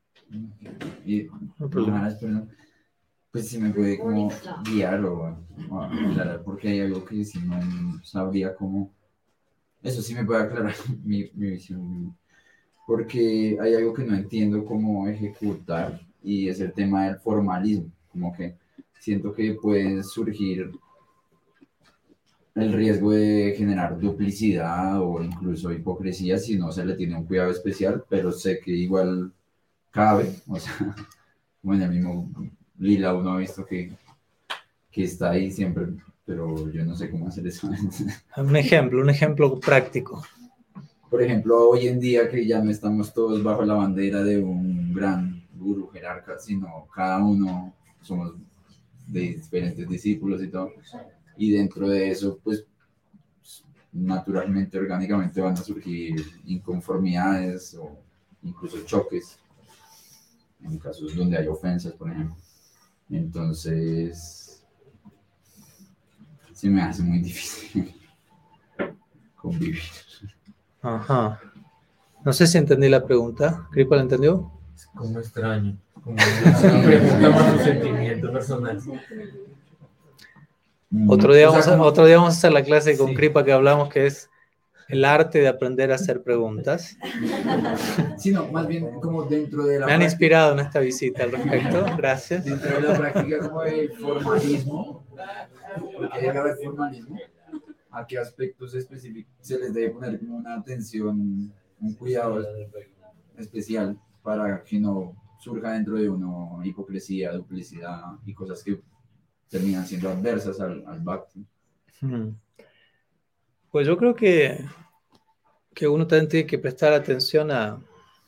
B: Y, no problema. Pues si me puede como guiar o, o aclarar, porque hay algo que si no sabría cómo... Eso sí me puede aclarar mi, mi visión, porque hay algo que no entiendo cómo ejecutar, y es el tema del formalismo. Como que siento que puede surgir el riesgo de generar duplicidad o incluso hipocresía si no se le tiene un cuidado especial, pero sé que igual cabe, o sea, como en el mismo lila uno ha visto que, que está ahí siempre, pero yo no sé cómo hacer eso.
A: Un ejemplo, un ejemplo práctico.
B: Por ejemplo, hoy en día que ya no estamos todos bajo la bandera de un gran gurú jerarca, sino cada uno somos de diferentes discípulos y todo, y dentro de eso, pues, naturalmente, orgánicamente van a surgir inconformidades o incluso choques, en casos donde hay ofensas, por ejemplo. Entonces, sí me hace muy difícil convivir.
A: Ajá. No sé si entendí la pregunta. ¿Kripa la entendió?
C: Es como extraño. Como una pregunta más un sentimiento personal.
A: Otro día, vamos a, otro día vamos a hacer la clase con sí. Kripa que hablamos, que es el arte de aprender a hacer preguntas.
B: Sí, no, más bien como dentro de la
A: Me han
B: práctica,
A: inspirado en esta visita al respecto. Gracias.
B: dentro de la práctica como el formalismo, porque debe haber formalismo, a qué aspectos específicos se les debe poner como una atención, un cuidado especial para que no surja dentro de uno hipocresía, duplicidad y cosas que terminan siendo adversas al, al bhakti.
A: Hmm. Pues yo creo que, que uno también tiene que prestar atención a,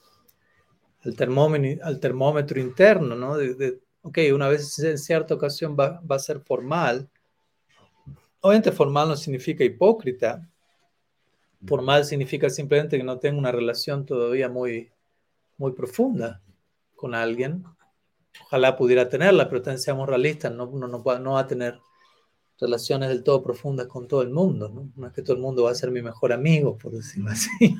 A: al, termómetro, al termómetro interno, ¿no? De, de, ok, una vez en cierta ocasión va, va a ser formal. Obviamente formal no significa hipócrita. Formal significa simplemente que no tengo una relación todavía muy, muy profunda con alguien. Ojalá pudiera tenerla, pero también seamos realistas, no, no, no, no va a tener relaciones del todo profundas con todo el mundo, ¿no? No es que todo el mundo va a ser mi mejor amigo, por decirlo así.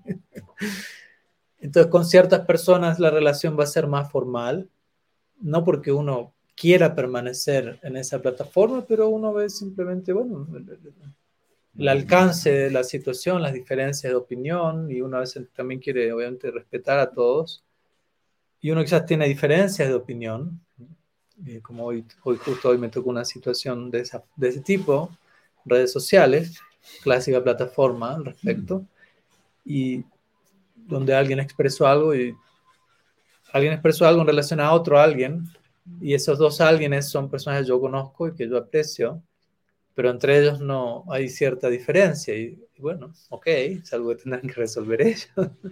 A: Entonces, con ciertas personas la relación va a ser más formal, no porque uno quiera permanecer en esa plataforma, pero uno ve simplemente, bueno, el, el alcance de la situación, las diferencias de opinión, y uno a veces también quiere, obviamente, respetar a todos, y uno quizás tiene diferencias de opinión, eh, como hoy, hoy, justo hoy me tocó una situación de, esa, de ese tipo, redes sociales, clásica plataforma al respecto, y donde alguien expresó algo y alguien expresó algo en relación a otro alguien, y esos dos alguienes son personas que yo conozco y que yo aprecio, pero entre ellos no hay cierta diferencia, y, y bueno, ok, es algo que tendrán que resolver ellos,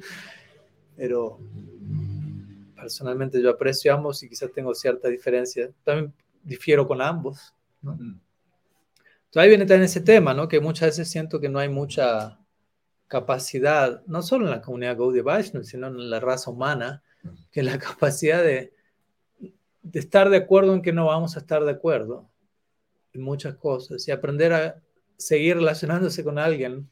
A: pero personalmente yo aprecio a ambos y quizás tengo cierta diferencia, también difiero con ambos, ¿no? Entonces ahí viene también ese tema, ¿no? Que muchas veces siento que no hay mucha capacidad, no solo en la comunidad Gaudiya Vaishnava, sino en la raza humana, que la capacidad de, de estar de acuerdo en que no vamos a estar de acuerdo en muchas cosas y aprender a seguir relacionándose con alguien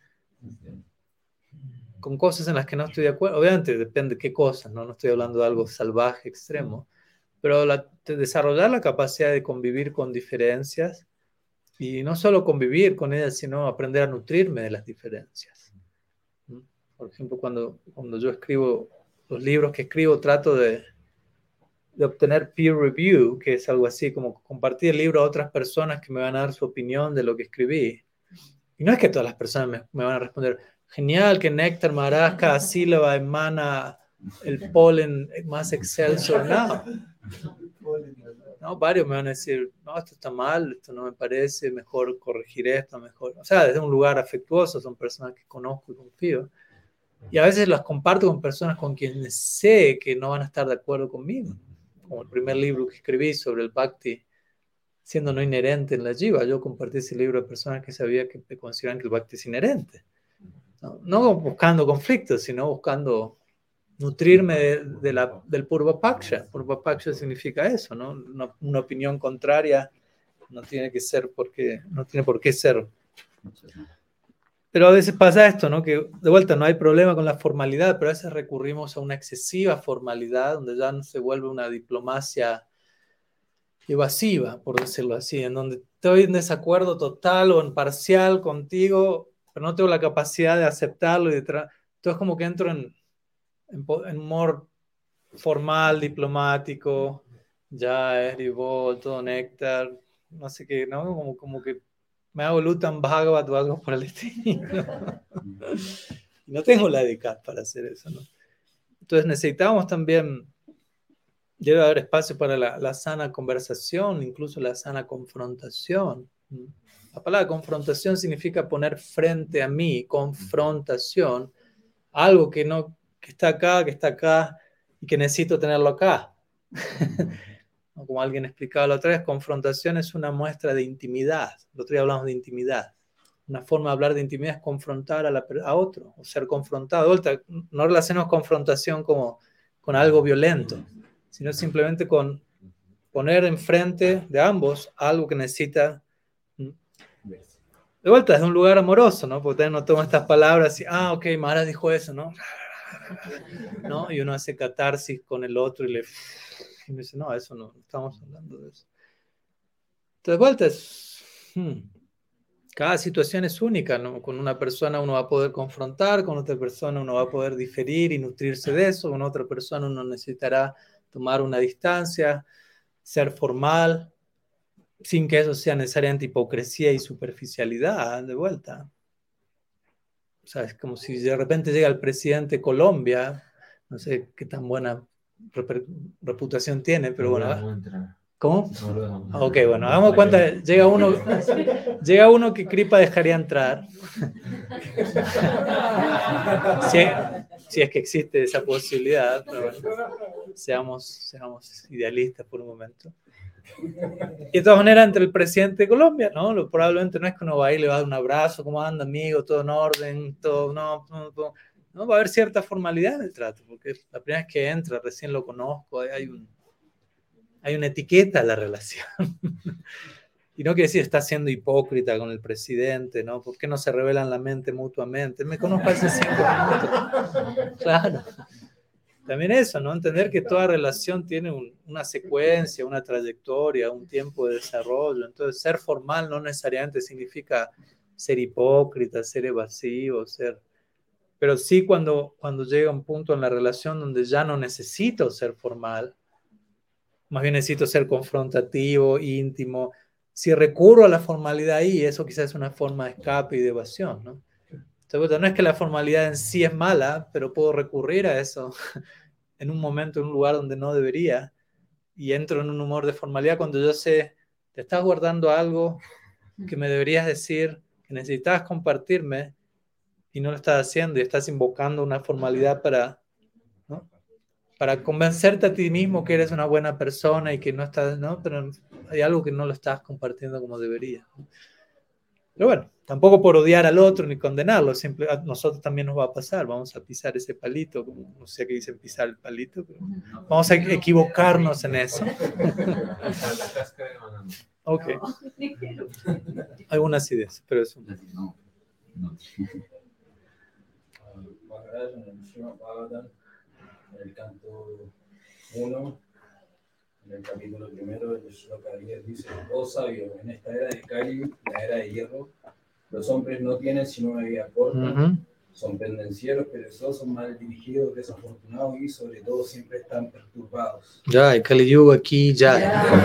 A: con cosas en las que no estoy de acuerdo. Obviamente depende de qué cosas, ¿no? No estoy hablando de algo salvaje, extremo, pero la, de desarrollar la capacidad de convivir con diferencias y no solo convivir con ellas, sino aprender a nutrirme de las diferencias. Por ejemplo, cuando, cuando yo escribo los libros que escribo, trato de, de obtener peer review, que es algo así como compartir el libro a otras personas que me van a dar su opinión de lo que escribí. Y no es que todas las personas me, me van a responder, genial, que Néctar Maharaj, cada sílaba emana el polen más excelso. No. No, varios me van a decir, no, esto está mal, esto no me parece, mejor corregir esto, mejor. O sea, desde un lugar afectuoso, son personas que conozco y confío. Y a veces las comparto con personas con quienes sé que no van a estar de acuerdo conmigo. Como el primer libro que escribí sobre el Bhakti, siendo no inherente en la Jiva. Yo compartí ese libro a personas que sabía que consideran que el Bhakti es inherente. No, no buscando conflictos, sino buscando nutrirme de, de la, del Purva Paksha. Purva Paksha significa eso, ¿no? Una, una opinión contraria no tiene que ser porque, no tiene por qué ser. Pero a veces pasa esto, ¿no? Que de vuelta no hay problema con la formalidad, pero a veces recurrimos a una excesiva formalidad donde ya no se vuelve una diplomacia evasiva, por decirlo así, en donde estoy en desacuerdo total o en parcial contigo, pero no tengo la capacidad de aceptarlo y de tra- entonces como que entro en, en, en humor formal, diplomático, ya Eribol, todo néctar, no sé qué, ¿no? Como, como que me hago Lutan Bhagavat o algo por el estilo. No tengo la dedicada para hacer eso, ¿no? Entonces necesitamos también, debe haber espacio para la, la sana conversación, incluso la sana confrontación. La palabra confrontación significa poner frente a mí, confrontación, algo que no, que está acá, que está acá y que necesito tenerlo acá. Como alguien explicaba la otra vez, confrontación es una muestra de intimidad. El otro día hablamos de intimidad. Una forma de hablar de intimidad es confrontar a, la, a otro, o ser confrontado. No relacionamos confrontación como con algo violento, sino simplemente con poner enfrente de ambos algo que necesita. De vuelta, desde un lugar amoroso, ¿no? Porque no toma estas palabras y, ah, ok, Mara dijo eso, ¿no? ¿No? Y uno hace catarsis con el otro y le... Y me dice, no, eso no, no estamos hablando de eso. Entonces, de vuelta, es... Hmm. cada situación es única, ¿no? Con una persona uno va a poder confrontar, con otra persona uno va a poder diferir y nutrirse de eso, con otra persona uno necesitará tomar una distancia, ser formal, sin que eso sea necesariamente hipocresía y superficialidad, de vuelta. O sea, es como si de repente llega el presidente de Colombia, no sé qué tan buena reputación tiene, pero bueno. ¿Cómo? Ok, bueno, hagamos cuenta, llega uno, llega uno que Kripa dejaría entrar. Si es, si es que existe esa posibilidad, pero bueno, seamos, seamos idealistas por un momento. Y de todas maneras, entre el presidente de Colombia, ¿no? Lo, probablemente no es que uno va a ir y le va a dar un abrazo, ¿cómo anda, amigo? Todo en orden, todo, no, no, no, no, va a haber cierta formalidad en el trato, porque la primera vez que entra, recién lo conozco, hay, un, hay una etiqueta a la relación. Y no quiere decir está siendo hipócrita con el presidente, ¿no? ¿Por qué no se revelan la mente mutuamente? Me conozco hace cinco minutos. Claro. También eso, ¿no? Entender que toda relación tiene un, una secuencia, una trayectoria, un tiempo de desarrollo. Entonces, ser formal no necesariamente significa ser hipócrita, ser evasivo, ser... Pero sí cuando, cuando llega un punto en la relación donde ya no necesito ser formal, más bien necesito ser confrontativo, íntimo. Si recurro a la formalidad ahí, eso quizás es una forma de escape y de evasión, ¿no? Entonces, no es que la formalidad en sí es mala, pero puedo recurrir a eso en un momento, en un lugar donde no debería, y entro en un humor de formalidad cuando yo sé, te estás guardando algo que me deberías decir, que necesitabas compartirme, y no lo estás haciendo, y estás invocando una formalidad para, ¿no? Para convencerte a ti mismo que eres una buena persona y que no estás, ¿no? Pero hay algo que no lo estás compartiendo como debería. Pero bueno, tampoco por odiar al otro ni condenarlo, siempre a nosotros también nos va a pasar, vamos a pisar ese palito, no sé qué dicen pisar el palito, pero vamos a equivocarnos en eso. Ok. Algunas ideas, pero eso.
B: No, no.
D: En el canto uno, en el capítulo primero, el Shloka diez dice: oh sabio, en esta era de Kali, la era de hierro, los hombres no tienen sino una vida corta, uh-huh. Son pendencieros, perezosos, mal dirigidos, desafortunados y sobre todo siempre están perturbados.
A: Ya, el Kali Yuga aquí ya.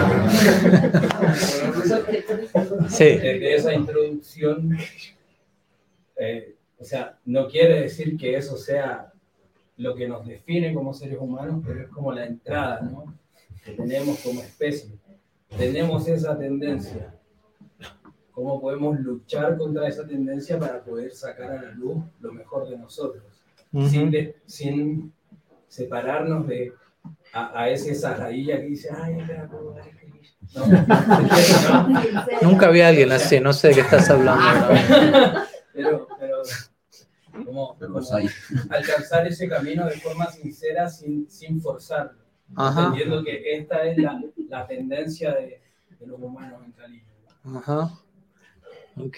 A: Sí.
D: Desde esa introducción, eh, o sea, no quiere decir que eso sea lo que nos define como seres humanos, pero es como la entrada, ¿no? Que tenemos como especie. Tenemos esa tendencia. ¿Cómo podemos luchar contra esa tendencia para poder sacar a la luz lo mejor de nosotros? Uh-huh. Sin, de, sin separarnos de a, a ese zarrailla que dice, ay, espera, ¿cómo vas a escribir? No. ¿No?
A: Nunca vi a alguien así, no sé de qué estás hablando. ¿No?
D: pero, pero como, como alcanzar ese camino de forma sincera sin, sin forzarlo. Ajá. Entendiendo que esta es la, la tendencia de, de los humanos en Kali.
A: Ajá. Ok.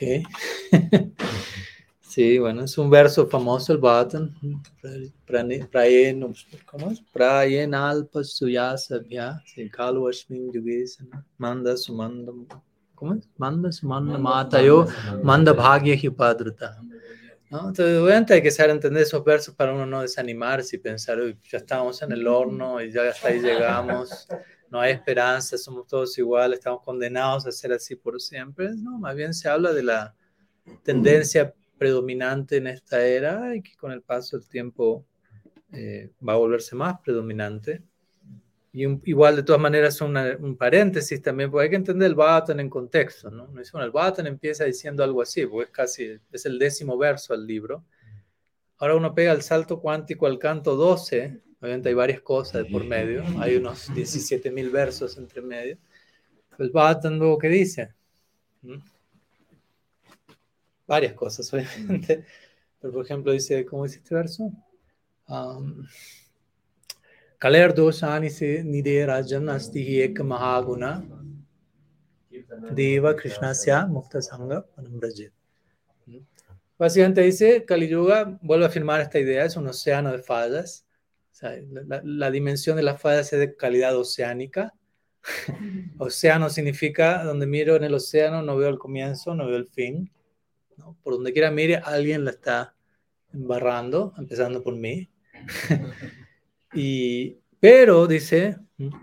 A: Sí, bueno, es un verso famoso, el Bhagavatam. ¿Cómo es? Prayenalpa suyasabhya, Kalu Ashmin Yugesana, Manda Sumanda. ¿Cómo es? Manda Sumanda Matayo, Manda Bhagya Hipadruta. ¿No? Entonces, obviamente hay que saber entender esos versos para uno no desanimarse y pensar, uy, ya estamos en el horno y ya hasta ahí llegamos, no hay esperanza, somos todos iguales, estamos condenados a ser así por siempre. No, más bien se habla de la tendencia predominante en esta era y que con el paso del tiempo eh, va a volverse más predominante. Y un, igual, de todas maneras, una, un paréntesis también, porque hay que entender el Bhagavatam en contexto, ¿no? No es, bueno, el Bhagavatam empieza diciendo algo así, porque es casi, es el décimo verso del libro. Ahora uno pega el salto cuántico al canto doce, obviamente hay varias cosas de por medio, hay unos diecisiete mil versos entre medio. El Bhagavatam luego, ¿qué dice? ¿Mm? Varias cosas, obviamente. Pero, por ejemplo, dice, ¿cómo dice este verso? Um, Kaler doshani se nide rajan asti hi ek mahaguna deva krishnasya mukta sangha panamrajit. Básicamente dice, Kali Yuga vuelve a afirmar esta idea, es un océano de fallas. O sea, la, la dimensión de las fallas es de calidad oceánica. Océano significa, donde miro en el océano no veo el comienzo, no veo el fin. ¿no? Por donde quiera mire, alguien la está embarrando, empezando por mí. y, pero, dice,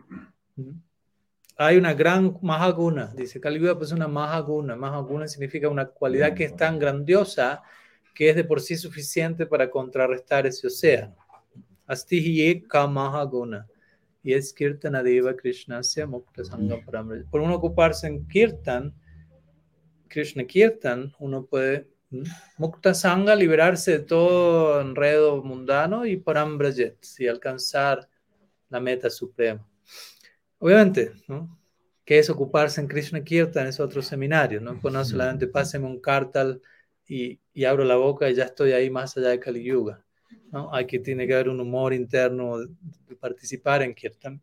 A: hay una gran Mahaguna, dice Kali Yuga pues una Mahaguna. Mahaguna significa una cualidad que es tan grandiosa que es de por sí suficiente para contrarrestar ese océano. Asti hi ekha Mahaguna. Y es Kirtana Deva Krishna se Mukta Sangha Paramrita. Por uno ocuparse en Kirtan, Krishna Kirtan, uno puede Mukta Sangha, liberarse de todo enredo mundano y Parambrajet, y alcanzar la meta suprema. Obviamente, ¿no? ¿Qué es ocuparse en Krishna Kirtan? Es otro seminario, ¿no? Pues no solamente páseme un kartal y, y abro la boca y ya estoy ahí más allá de Kali Yuga, ¿no? Hay que, tiene que haber un humor interno de, de participar en Kirtan.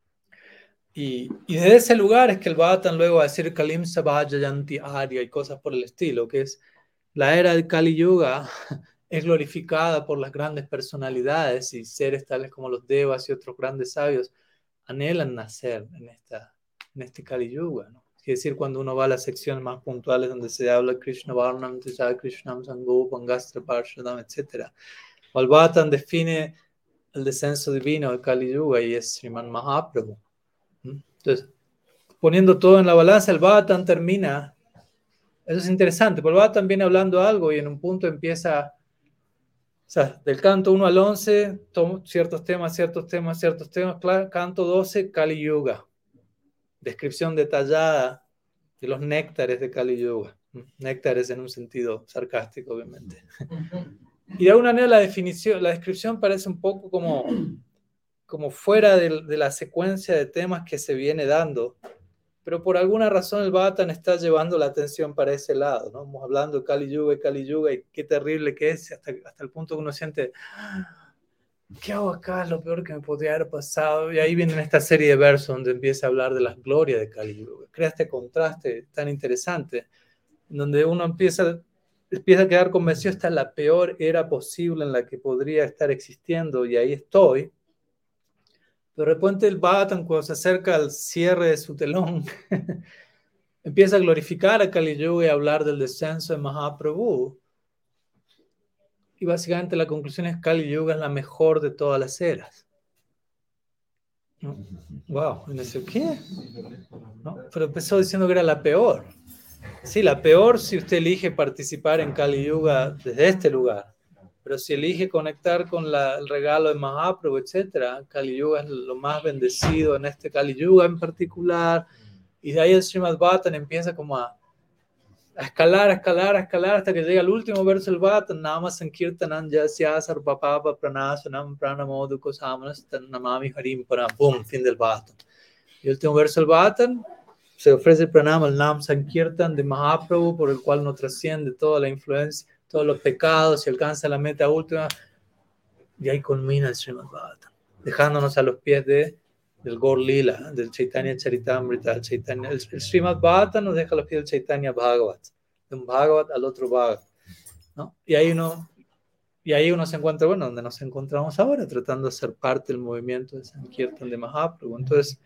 A: Y, y desde ese lugar es que el Bhattan luego va a decir Kalim Sabhajayanti Arya y cosas por el estilo, que es la era de Kali Yuga es glorificada por las grandes personalidades y seres tales como los Devas y otros grandes sabios anhelan nacer en, esta, en este Kali Yuga, ¿no? Es decir, cuando uno va a las secciones más puntuales donde se habla Krishna Varnam, Tejaya Krishnam, Sangopam, Gastra Parshadam, etcétera. El Bhattan define el descenso divino de Kali Yuga y es Sriman Mahaprabhu. Entonces, poniendo todo en la balanza, el Bhattan termina, eso es interesante, porque el Bhattan viene hablando algo y en un punto empieza, o sea, del canto uno al once, tomo ciertos temas, ciertos temas, ciertos temas, claro, canto doce, Kali Yuga, descripción detallada de los néctares de Kali Yuga, néctares en un sentido sarcástico, obviamente. Y de alguna manera la definición, la descripción parece un poco como... como fuera de, de la secuencia de temas que se viene dando, pero por alguna razón el Bhattan está llevando la atención para ese lado, ¿no? Estamos hablando de Kali Yuga y Kali Yuga y qué terrible que es, hasta, hasta el punto que uno siente, ¿qué hago acá? Es lo peor que me podría haber pasado. Y ahí viene esta serie de versos donde empieza a hablar de las glorias de Kali Yuga. Crea este contraste tan interesante, en donde uno empieza, empieza a quedar convencido, esta es la peor era posible en la que podría estar existiendo, y ahí estoy. De repente el Bhattan, cuando se acerca al cierre de su telón, empieza a glorificar a Kali Yuga y a hablar del descenso de Mahaprabhu. Y básicamente la conclusión es que Kali Yuga es la mejor de todas las eras. ¿No? Wow, y me dice, ¿qué? ¿No? Pero empezó diciendo que era la peor. Sí, la peor si usted elige participar en Kali Yuga desde este lugar. Pero si elige conectar con la, el regalo de Mahaprabhu, etcétera, Kali Yuga es lo más bendecido en este Kali Yuga en particular. Y de ahí el Srimad Bhattan empieza como a, a escalar, a escalar, a escalar hasta que llega al último verso del Bhattan. Nama Sankirtanam Yasya Sarvapapa Pranasanam Pranamoduko Samanastan Namami Harim Param. Boom, fin del Bhattan. Y el último verso del Bhattan se ofrece el pranama, el Nam Sankirtan de Mahaprabhu, por el cual no trasciende toda la influencia, todos los pecados y alcanza la meta última. Y ahí culmina el Srimad Bhattan, dejándonos a los pies de, del Gaur Lila, del Chaitanya Charitamrita. El, Chaitanya, el, el Srimad Bhattan nos deja a los pies del Chaitanya Bhagavat, de un Bhagavat al otro Bhagavat, ¿no? Y ahí uno, y ahí uno se encuentra, bueno, donde nos encontramos ahora, tratando de ser parte del movimiento de Sankirtan de Mahaprabhu. Entonces,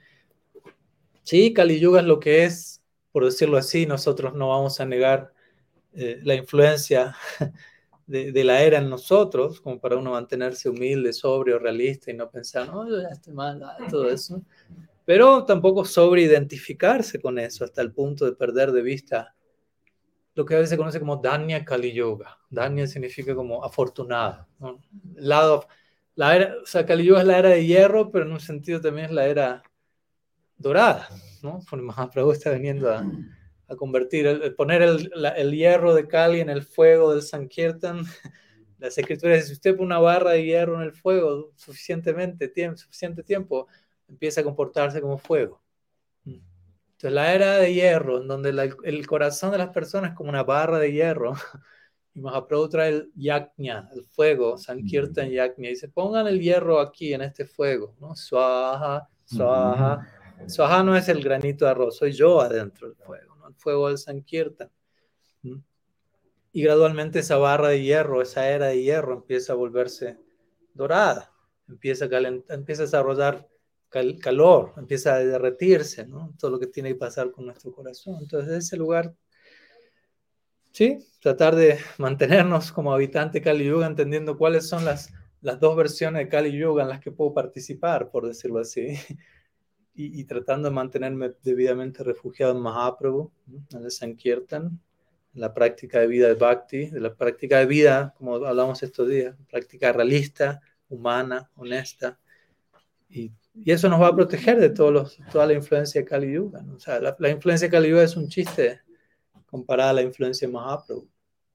A: sí, Kali Yuga es lo que es, por decirlo así. Nosotros no vamos a negar eh, la influencia de, de la era en nosotros, como para uno mantenerse humilde, sobrio, realista y no pensar, no, yo ya estoy mal, todo eso. Pero tampoco sobreidentificarse con eso hasta el punto de perder de vista lo que a veces se conoce como Danya Kali Yuga. Danya significa como afortunado, ¿no? El lado, la era, o sea, Kali Yuga es la era de hierro, pero en un sentido también es la era dorada, ¿no? Porque Mahaprabhu está viniendo a, a convertir, el, el poner el, la, el hierro de Kali en el fuego del Sankirtan. Las escrituras dicen, si usted pone una barra de hierro en el fuego suficientemente tiempo, suficiente tiempo, empieza a comportarse como fuego. Entonces la era de hierro, en donde la, el corazón de las personas es como una barra de hierro, y Mahaprabhu trae el yajna, el fuego, Sankirtan yajna, y dice, pongan el hierro aquí en este fuego, ¿no? Swaha, swaha. Swaha no es el granito de arroz, soy yo adentro del fuego, ¿no? El fuego del Sankirtan. ¿Mm? Y gradualmente esa barra de hierro, esa era de hierro empieza a volverse dorada, empieza a, calentar, empieza a desarrollar cal, calor, empieza a derretirse, ¿no? Todo lo que tiene que pasar con nuestro corazón. Entonces, de ese lugar, sí, tratar de mantenernos como habitante Kali Yuga, entendiendo cuáles son las, las dos versiones de Kali Yuga en las que puedo participar, por decirlo así, y, y tratando de mantenerme debidamente refugiado en Mahaprabhu, en el Sankirtan, en la práctica de vida de Bhakti, de la práctica de vida, como hablamos estos días, práctica realista, humana, honesta, y, y eso nos va a proteger de todos los, toda la influencia de Kali Yuga, ¿no? O sea, la, la influencia de Kali Yuga es un chiste comparada a la influencia de Mahaprabhu.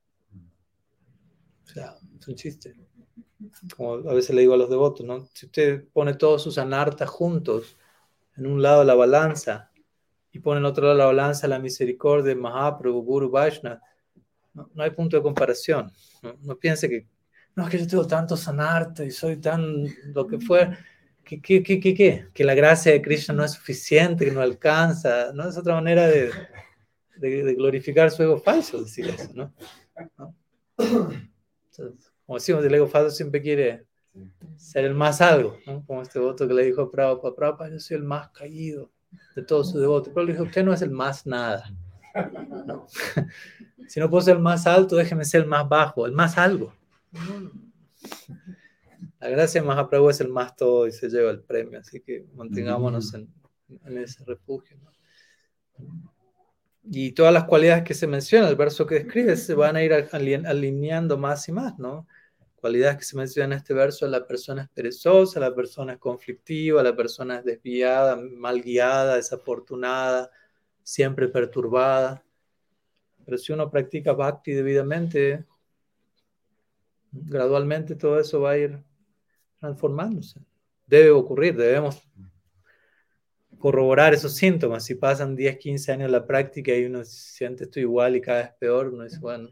A: O sea, es un chiste. Como a veces le digo a los devotos, ¿no? Si usted pone todos sus anartas juntos en un lado de la balanza y pone en otro lado de la balanza la misericordia de Mahaprabhu, Guru, Vaishnava, no, no hay punto de comparación. No, no piense que, no, es que yo tengo tantos anartas y soy tan lo que fue, que, que, que, que, que, que la gracia de Krishna no es suficiente, que no alcanza, ¿no? Es otra manera de, de, de glorificar su ego falso, decir eso, ¿no? ¿No? Entonces, como decimos, el ego falso siempre quiere ser el más algo, ¿no? Como este devoto que le dijo a Prabhupada, Prabhupada, yo soy el más caído de todos sus devotos. Pero le dijo, usted no es el más nada. No. Si no puedo ser el más alto, déjeme ser el más bajo, el más algo. La gracia de Mahaprabhu es el más todo y se lleva el premio, así que mantengámonos en, en ese refugio, ¿no? Y todas las cualidades que se mencionan, el verso que describe, se van a ir alineando más y más, ¿no? Cualidades que se mencionan en este verso: la persona es perezosa, la persona es conflictiva, la persona es desviada, mal guiada, desafortunada, siempre perturbada. Pero si uno practica bhakti debidamente, gradualmente todo eso va a ir transformándose. Debe ocurrir, debemos corroborar esos síntomas. Si pasan diez, quince años la práctica y uno siente esto igual y cada vez peor, uno dice, bueno.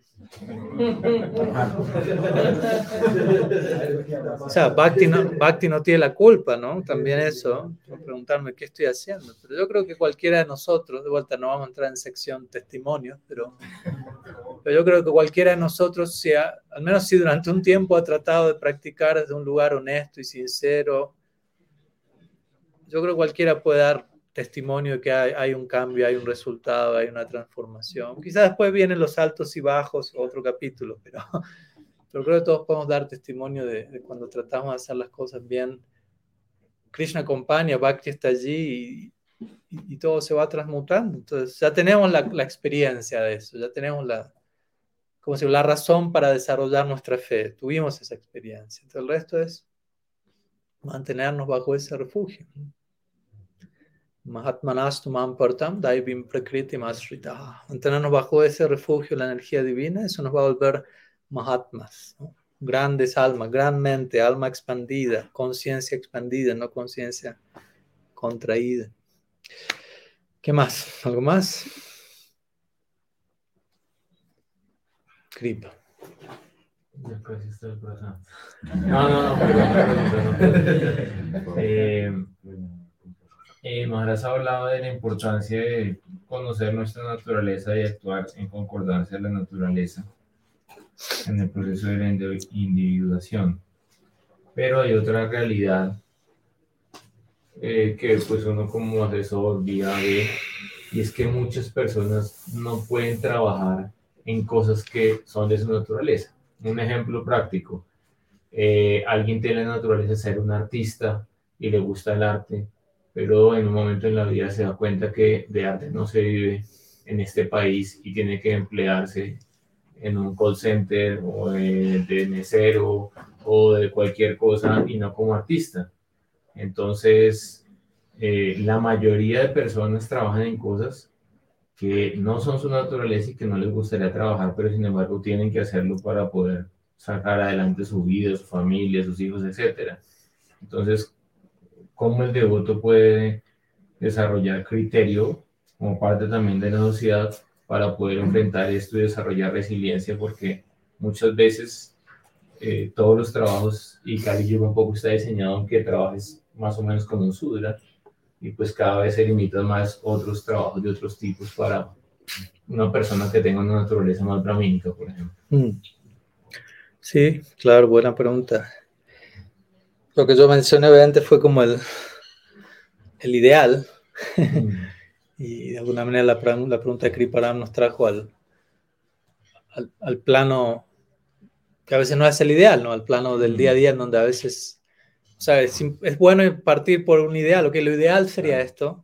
A: O sea, Bhakti no, Bhakti no tiene la culpa, ¿no? También eso, preguntarme qué estoy haciendo. Pero yo creo que cualquiera de nosotros, de vuelta no vamos a entrar en sección testimonios, pero, pero yo creo que cualquiera de nosotros, si ha, al menos si durante un tiempo ha tratado de practicar desde un lugar honesto y sincero, yo creo que cualquiera puede dar testimonio de que hay, hay un cambio, hay un resultado, hay una transformación. Quizás después vienen los altos y bajos, otro capítulo, pero, pero creo que todos podemos dar testimonio de, de cuando tratamos de hacer las cosas bien. Krishna acompaña, Bhakti está allí y, y, y todo se va transmutando. Entonces ya tenemos la, la experiencia de eso, ya tenemos la, como si, la razón para desarrollar nuestra fe. Tuvimos esa experiencia. Entonces el resto es mantenernos bajo ese refugio. Mahatmanastu mampartam daivim prakritim ashrita. Mantenernos bajo ese refugio, la energía divina, eso nos va a volver mahatmas, ¿no? Grandes almas, gran mente, alma expandida, conciencia expandida, no conciencia contraída. ¿Qué más? ¿Algo más? Kripa.
C: Ya casi está el corazón. No, no, no, perdón, perdón, perdón. Eh, eh, Maharaj ha hablado de la importancia de conocer nuestra naturaleza y actuar en concordancia a la naturaleza en el proceso de la individuación. Pero hay otra realidad eh, que pues uno como asesor día ve, y es que muchas personas no pueden trabajar en cosas que son de su naturaleza. Un ejemplo práctico, eh, alguien tiene la naturaleza de ser un artista y le gusta el arte, pero en un momento en la vida se da cuenta que de arte no se vive en este país y tiene que emplearse en un call center o de, de mesero o de cualquier cosa y no como artista. Entonces, eh, la mayoría de personas trabajan en cosas que no son su naturaleza y que no les gustaría trabajar, pero sin embargo tienen que hacerlo para poder sacar adelante su vida, su familia, sus hijos, etcétera. Entonces, ¿cómo el devoto puede desarrollar criterio como parte también de la sociedad para poder enfrentar esto y desarrollar resiliencia? Porque muchas veces eh, todos los trabajos, y Kali Yuga un poco está diseñado en que trabajes más o menos como un sudra, y pues cada vez se limitan más otros trabajos de otros tipos para una persona que tenga una naturaleza más brahmínica, por ejemplo.
A: Mm. Sí, claro, buena pregunta. Lo que yo mencioné obviamente fue como el, el ideal. Mm. Y de alguna manera la, la pregunta de Kriparam nos trajo al, al, al plano que a veces no es el ideal, ¿no? Al plano del día a día, en donde a veces, o sea, es, es bueno partir por un ideal, lo que lo ideal sería esto,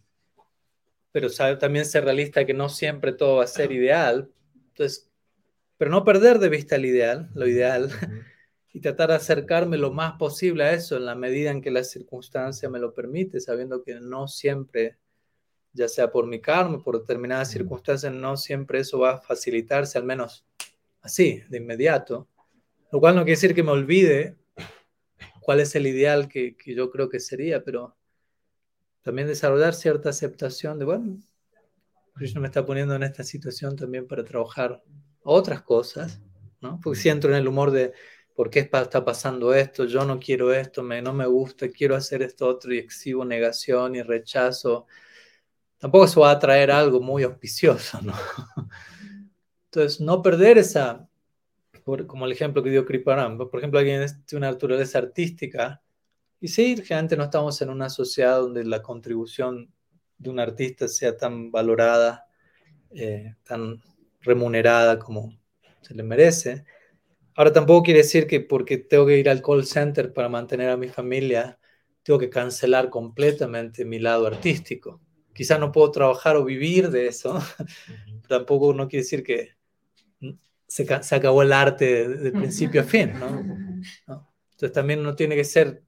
A: pero sabe, también ser realista que no siempre todo va a ser ideal, entonces, pero no perder de vista el ideal, lo ideal, y tratar de acercarme lo más posible a eso en la medida en que la circunstancia me lo permite, sabiendo que no siempre, ya sea por mi karma, por determinadas circunstancias, no siempre eso va a facilitarse, al menos así, de inmediato, lo cual no quiere decir que me olvide cuál es el ideal que, que yo creo que sería, pero también desarrollar cierta aceptación de, bueno, Krishna me está poniendo en esta situación también para trabajar otras cosas, ¿no? Porque si entro en el humor de por qué está pasando esto, yo no quiero esto, me, no me gusta, quiero hacer esto otro y exhibo negación y rechazo, tampoco eso va a traer algo muy auspicioso, ¿no? Entonces, no perder esa, por, como el ejemplo que dio Kriparam, por ejemplo, alguien tiene una naturaleza artística, y sí, generalmente no estamos en una sociedad donde la contribución de un artista sea tan valorada, eh, tan remunerada como se le merece. Ahora tampoco quiere decir que porque tengo que ir al call center para mantener a mi familia, tengo que cancelar completamente mi lado artístico. Quizás no puedo trabajar o vivir de eso, pero tampoco no quiere decir que se, se acabó el arte de, de principio a fin, ¿no? ¿no? Entonces también uno tiene que ser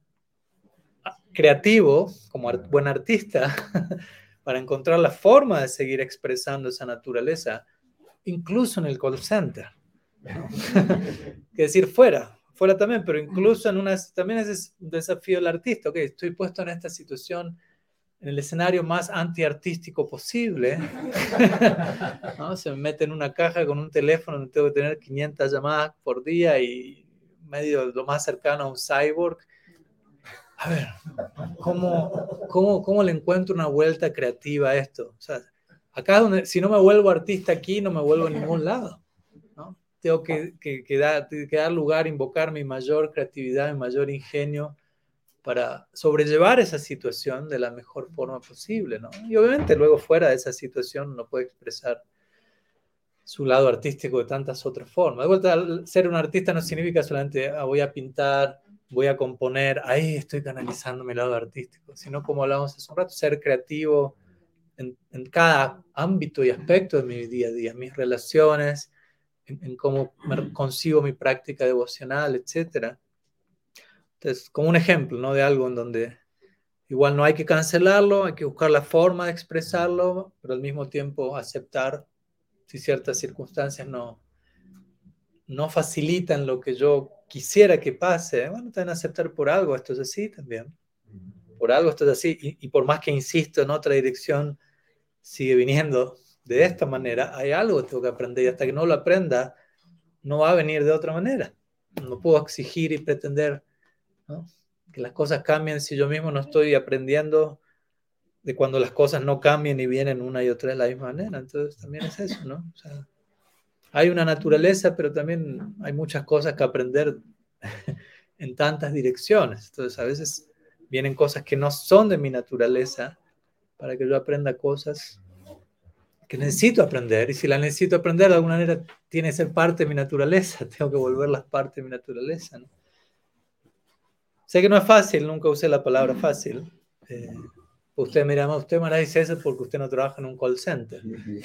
A: creativo, como art, buen artista, para encontrar la forma de seguir expresando esa naturaleza, incluso en el call center. ¿No? Que decir fuera, fuera también, pero incluso en una, también es un desafío del artista. Okay, estoy puesto en esta situación, en el escenario más antiartístico posible, ¿no? Se me mete en una caja con un teléfono donde tengo que tener quinientas llamadas por día y medio lo más cercano a un cyborg. A ver, ¿cómo, cómo, cómo le encuentro una vuelta creativa a esto? O sea, acá donde, si no me vuelvo artista aquí, no me vuelvo a ningún lado, ¿no? Tengo que, que, que, dar, que dar lugar, invocar mi mayor creatividad, mi mayor ingenio para sobrellevar esa situación de la mejor forma posible, ¿no? Y obviamente luego fuera de esa situación uno puede expresar su lado artístico de tantas otras formas. De vuelta, ser un artista no significa solamente ah, voy a pintar, voy a componer, ahí estoy canalizando mi lado artístico, sino como hablábamos hace un rato, ser creativo en, en cada ámbito y aspecto de mi día a día, mis relaciones, en, en cómo me concibo mi práctica devocional, etcétera. Entonces, como un ejemplo, ¿no? De algo en donde igual no hay que cancelarlo, hay que buscar la forma de expresarlo, pero al mismo tiempo aceptar si ciertas circunstancias no, no facilitan lo que yo quisiera que pase. Bueno, también aceptar por algo esto es así también. Por algo esto es así. Y, y por más que insisto en otra dirección, sigue viniendo de esta manera. Hay algo que tengo que aprender y hasta que no lo aprenda, no va a venir de otra manera. No puedo exigir y pretender, ¿no?, que las cosas cambien si yo mismo no estoy aprendiendo de cuando las cosas no cambian y vienen una y otra de la misma manera. Entonces también es eso, ¿no? O sea, hay una naturaleza, pero también hay muchas cosas que aprender en tantas direcciones. Entonces a veces vienen cosas que no son de mi naturaleza para que yo aprenda cosas que necesito aprender. Y si las necesito aprender, de alguna manera tiene que ser parte de mi naturaleza. Tengo que volverlas parte de mi naturaleza, ¿no? Sé que no es fácil, nunca usé la palabra fácil. Eh, usted me dirá, usted me dice eso porque usted no trabaja en un call center.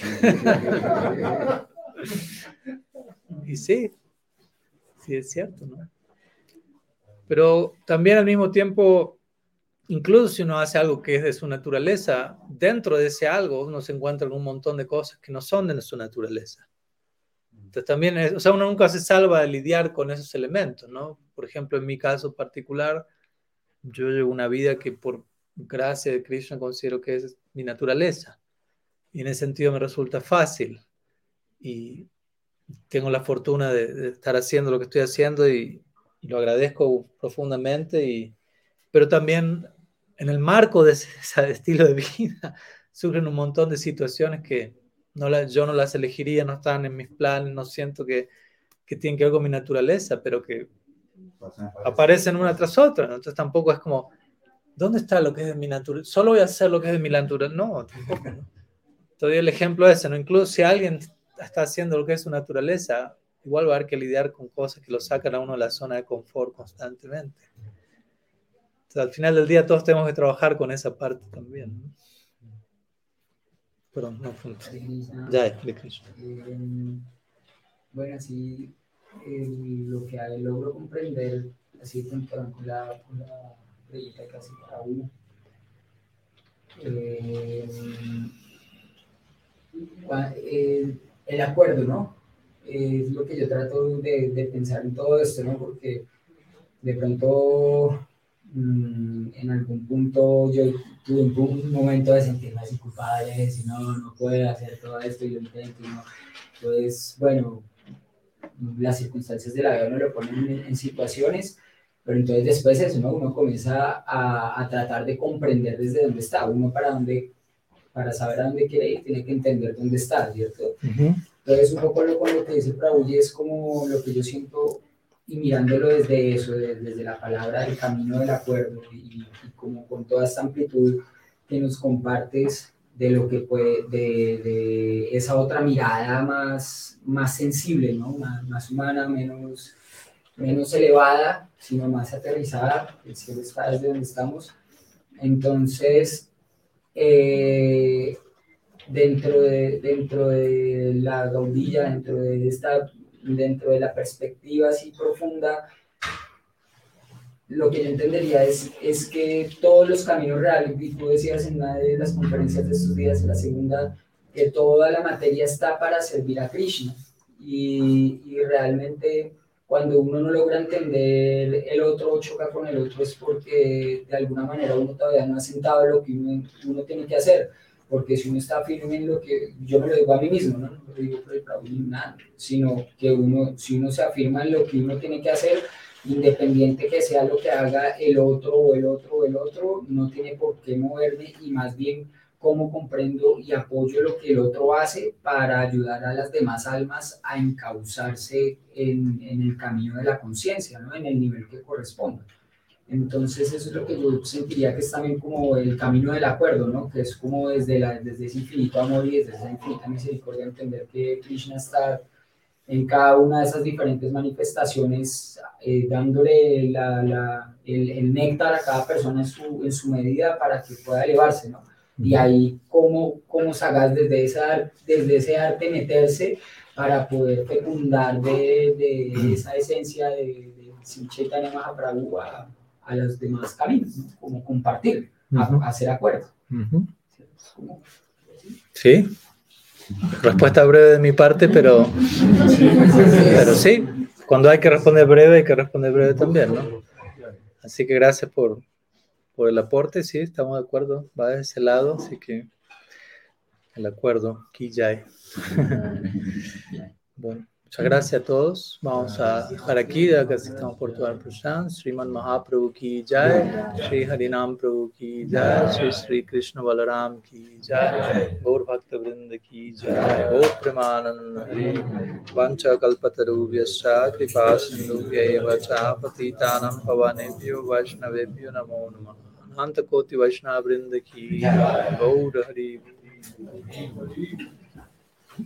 A: Y sí, sí es cierto, ¿no? Pero también al mismo tiempo, incluso si uno hace algo que es de su naturaleza, dentro de ese algo uno se encuentra con un montón de cosas que no son de su naturaleza. Entonces también, es, o sea, uno nunca se salva de lidiar con esos elementos, ¿no? Por ejemplo, en mi caso particular, yo llevo una vida que por gracia de Krishna considero que es mi naturaleza. Y en ese sentido me resulta fácil. Y tengo la fortuna de, de estar haciendo lo que estoy haciendo y, y lo agradezco profundamente. Y, pero también en el marco de ese, ese estilo de vida surgen un montón de situaciones que no la, yo no las elegiría, no están en mis planes, no siento que, que tienen que ver con mi naturaleza, pero que aparecen una tras otra, ¿no? Entonces tampoco es como, ¿dónde está lo que es de mi naturaleza? Solo voy a hacer lo que es de mi naturaleza. No, tampoco, ¿no? Te doy el ejemplo ese, ¿no? Incluso si alguien está haciendo lo que es su naturaleza, igual va a haber que lidiar con cosas que lo sacan a uno de la zona de confort constantemente. Entonces, al final del día todos tenemos que trabajar con esa parte también, ¿no? Pero no funciona. Ya expliques.
E: Eh, bueno, así eh, lo que logro comprender, así con la, con la pregunta casi para uno. Eh, eh, el acuerdo, ¿no? Es lo que yo trato de, de pensar en todo esto, ¿no? Porque de pronto mmm, en algún punto yo tuve un momento de sentirme así culpable, de decir, no, no puedo hacer todo esto y lo intento, y no. Entonces, bueno, las circunstancias de la vida no lo ponen en, en situaciones, pero entonces después eso, ¿no? Uno comienza a, a tratar de comprender desde dónde está, uno para dónde, para saber a dónde quiere ir, tiene que entender dónde está, ¿cierto? Uh-huh. Entonces, un poco lo, con lo que dice Prabhuji es como lo que yo siento, y mirándolo desde eso, desde, desde la palabra del camino del acuerdo, y, y como con toda esta amplitud que nos compartes de lo que puede, de, de esa otra mirada más, más sensible, ¿no? Más, más humana, menos, menos elevada, sino más aterrizada, el cielo está desde donde estamos. Entonces, eh, dentro, de, dentro de la gaudilla, dentro de, esta, dentro de la perspectiva así profunda, lo que yo entendería es, es que todos los caminos reales, y tú decías en una de las conferencias de estos días, en la segunda, que toda la materia está para servir a Krishna, y, y realmente cuando uno no logra entender el otro o choca con el otro es porque de alguna manera uno todavía no ha sentado lo que uno, uno tiene que hacer, porque si uno está firme en lo que, yo me lo digo a mí mismo, no, no lo digo por el Prabhupada, nada, sino que uno, si uno se afirma en lo que uno tiene que hacer, independiente que sea lo que haga el otro o el otro o el otro, no tiene por qué moverme, y más bien cómo comprendo y apoyo lo que el otro hace para ayudar a las demás almas a encauzarse en, en el camino de la conciencia, ¿no? En el nivel que corresponda. Entonces eso es lo que yo sentiría que es también como el camino del acuerdo, ¿no? Que es como desde, la, desde ese infinito amor y desde esa infinita misericordia entender que Krishna está en cada una de esas diferentes manifestaciones, eh, dándole la, la, el, el néctar a cada persona en su, en su medida para que pueda elevarse, ¿no? Y ahí cómo, cómo sagaz desde, esa, desde ese arte meterse para poder fecundar de, de esa esencia de, de Sri Chaitanya Mahaprabhu a, a los demás caminos, ¿no? Como compartir, uh-huh. a, a hacer acuerdo.
A: Uh-huh. Sí. Respuesta breve de mi parte, pero, pero sí, cuando hay que responder breve, hay que responder breve también, ¿no? Así que gracias por, por el aporte, sí, estamos de acuerdo, va de ese lado, así que el acuerdo, ki jai. Bueno, muchas gracias a todos, vamos a dejar aquí, ya casi estamos por todo el Prashan. Sriman Mahaprabhu ki jai, Sri Harinam Prabhu ki jai, Sri Sri Krishna Balaram ki jai, Gaur Bhakta Vrinda ki jai, Gaur Premanand Hari, Vancha Kalpatarubhyascha, Kripa Sindhubhyaiva cha, Patitanam Pavanebhyo Vaishnavebhyo Namo Namah. Ananta Koti Vaishnava Vrinda ki jai, Gaur Hari.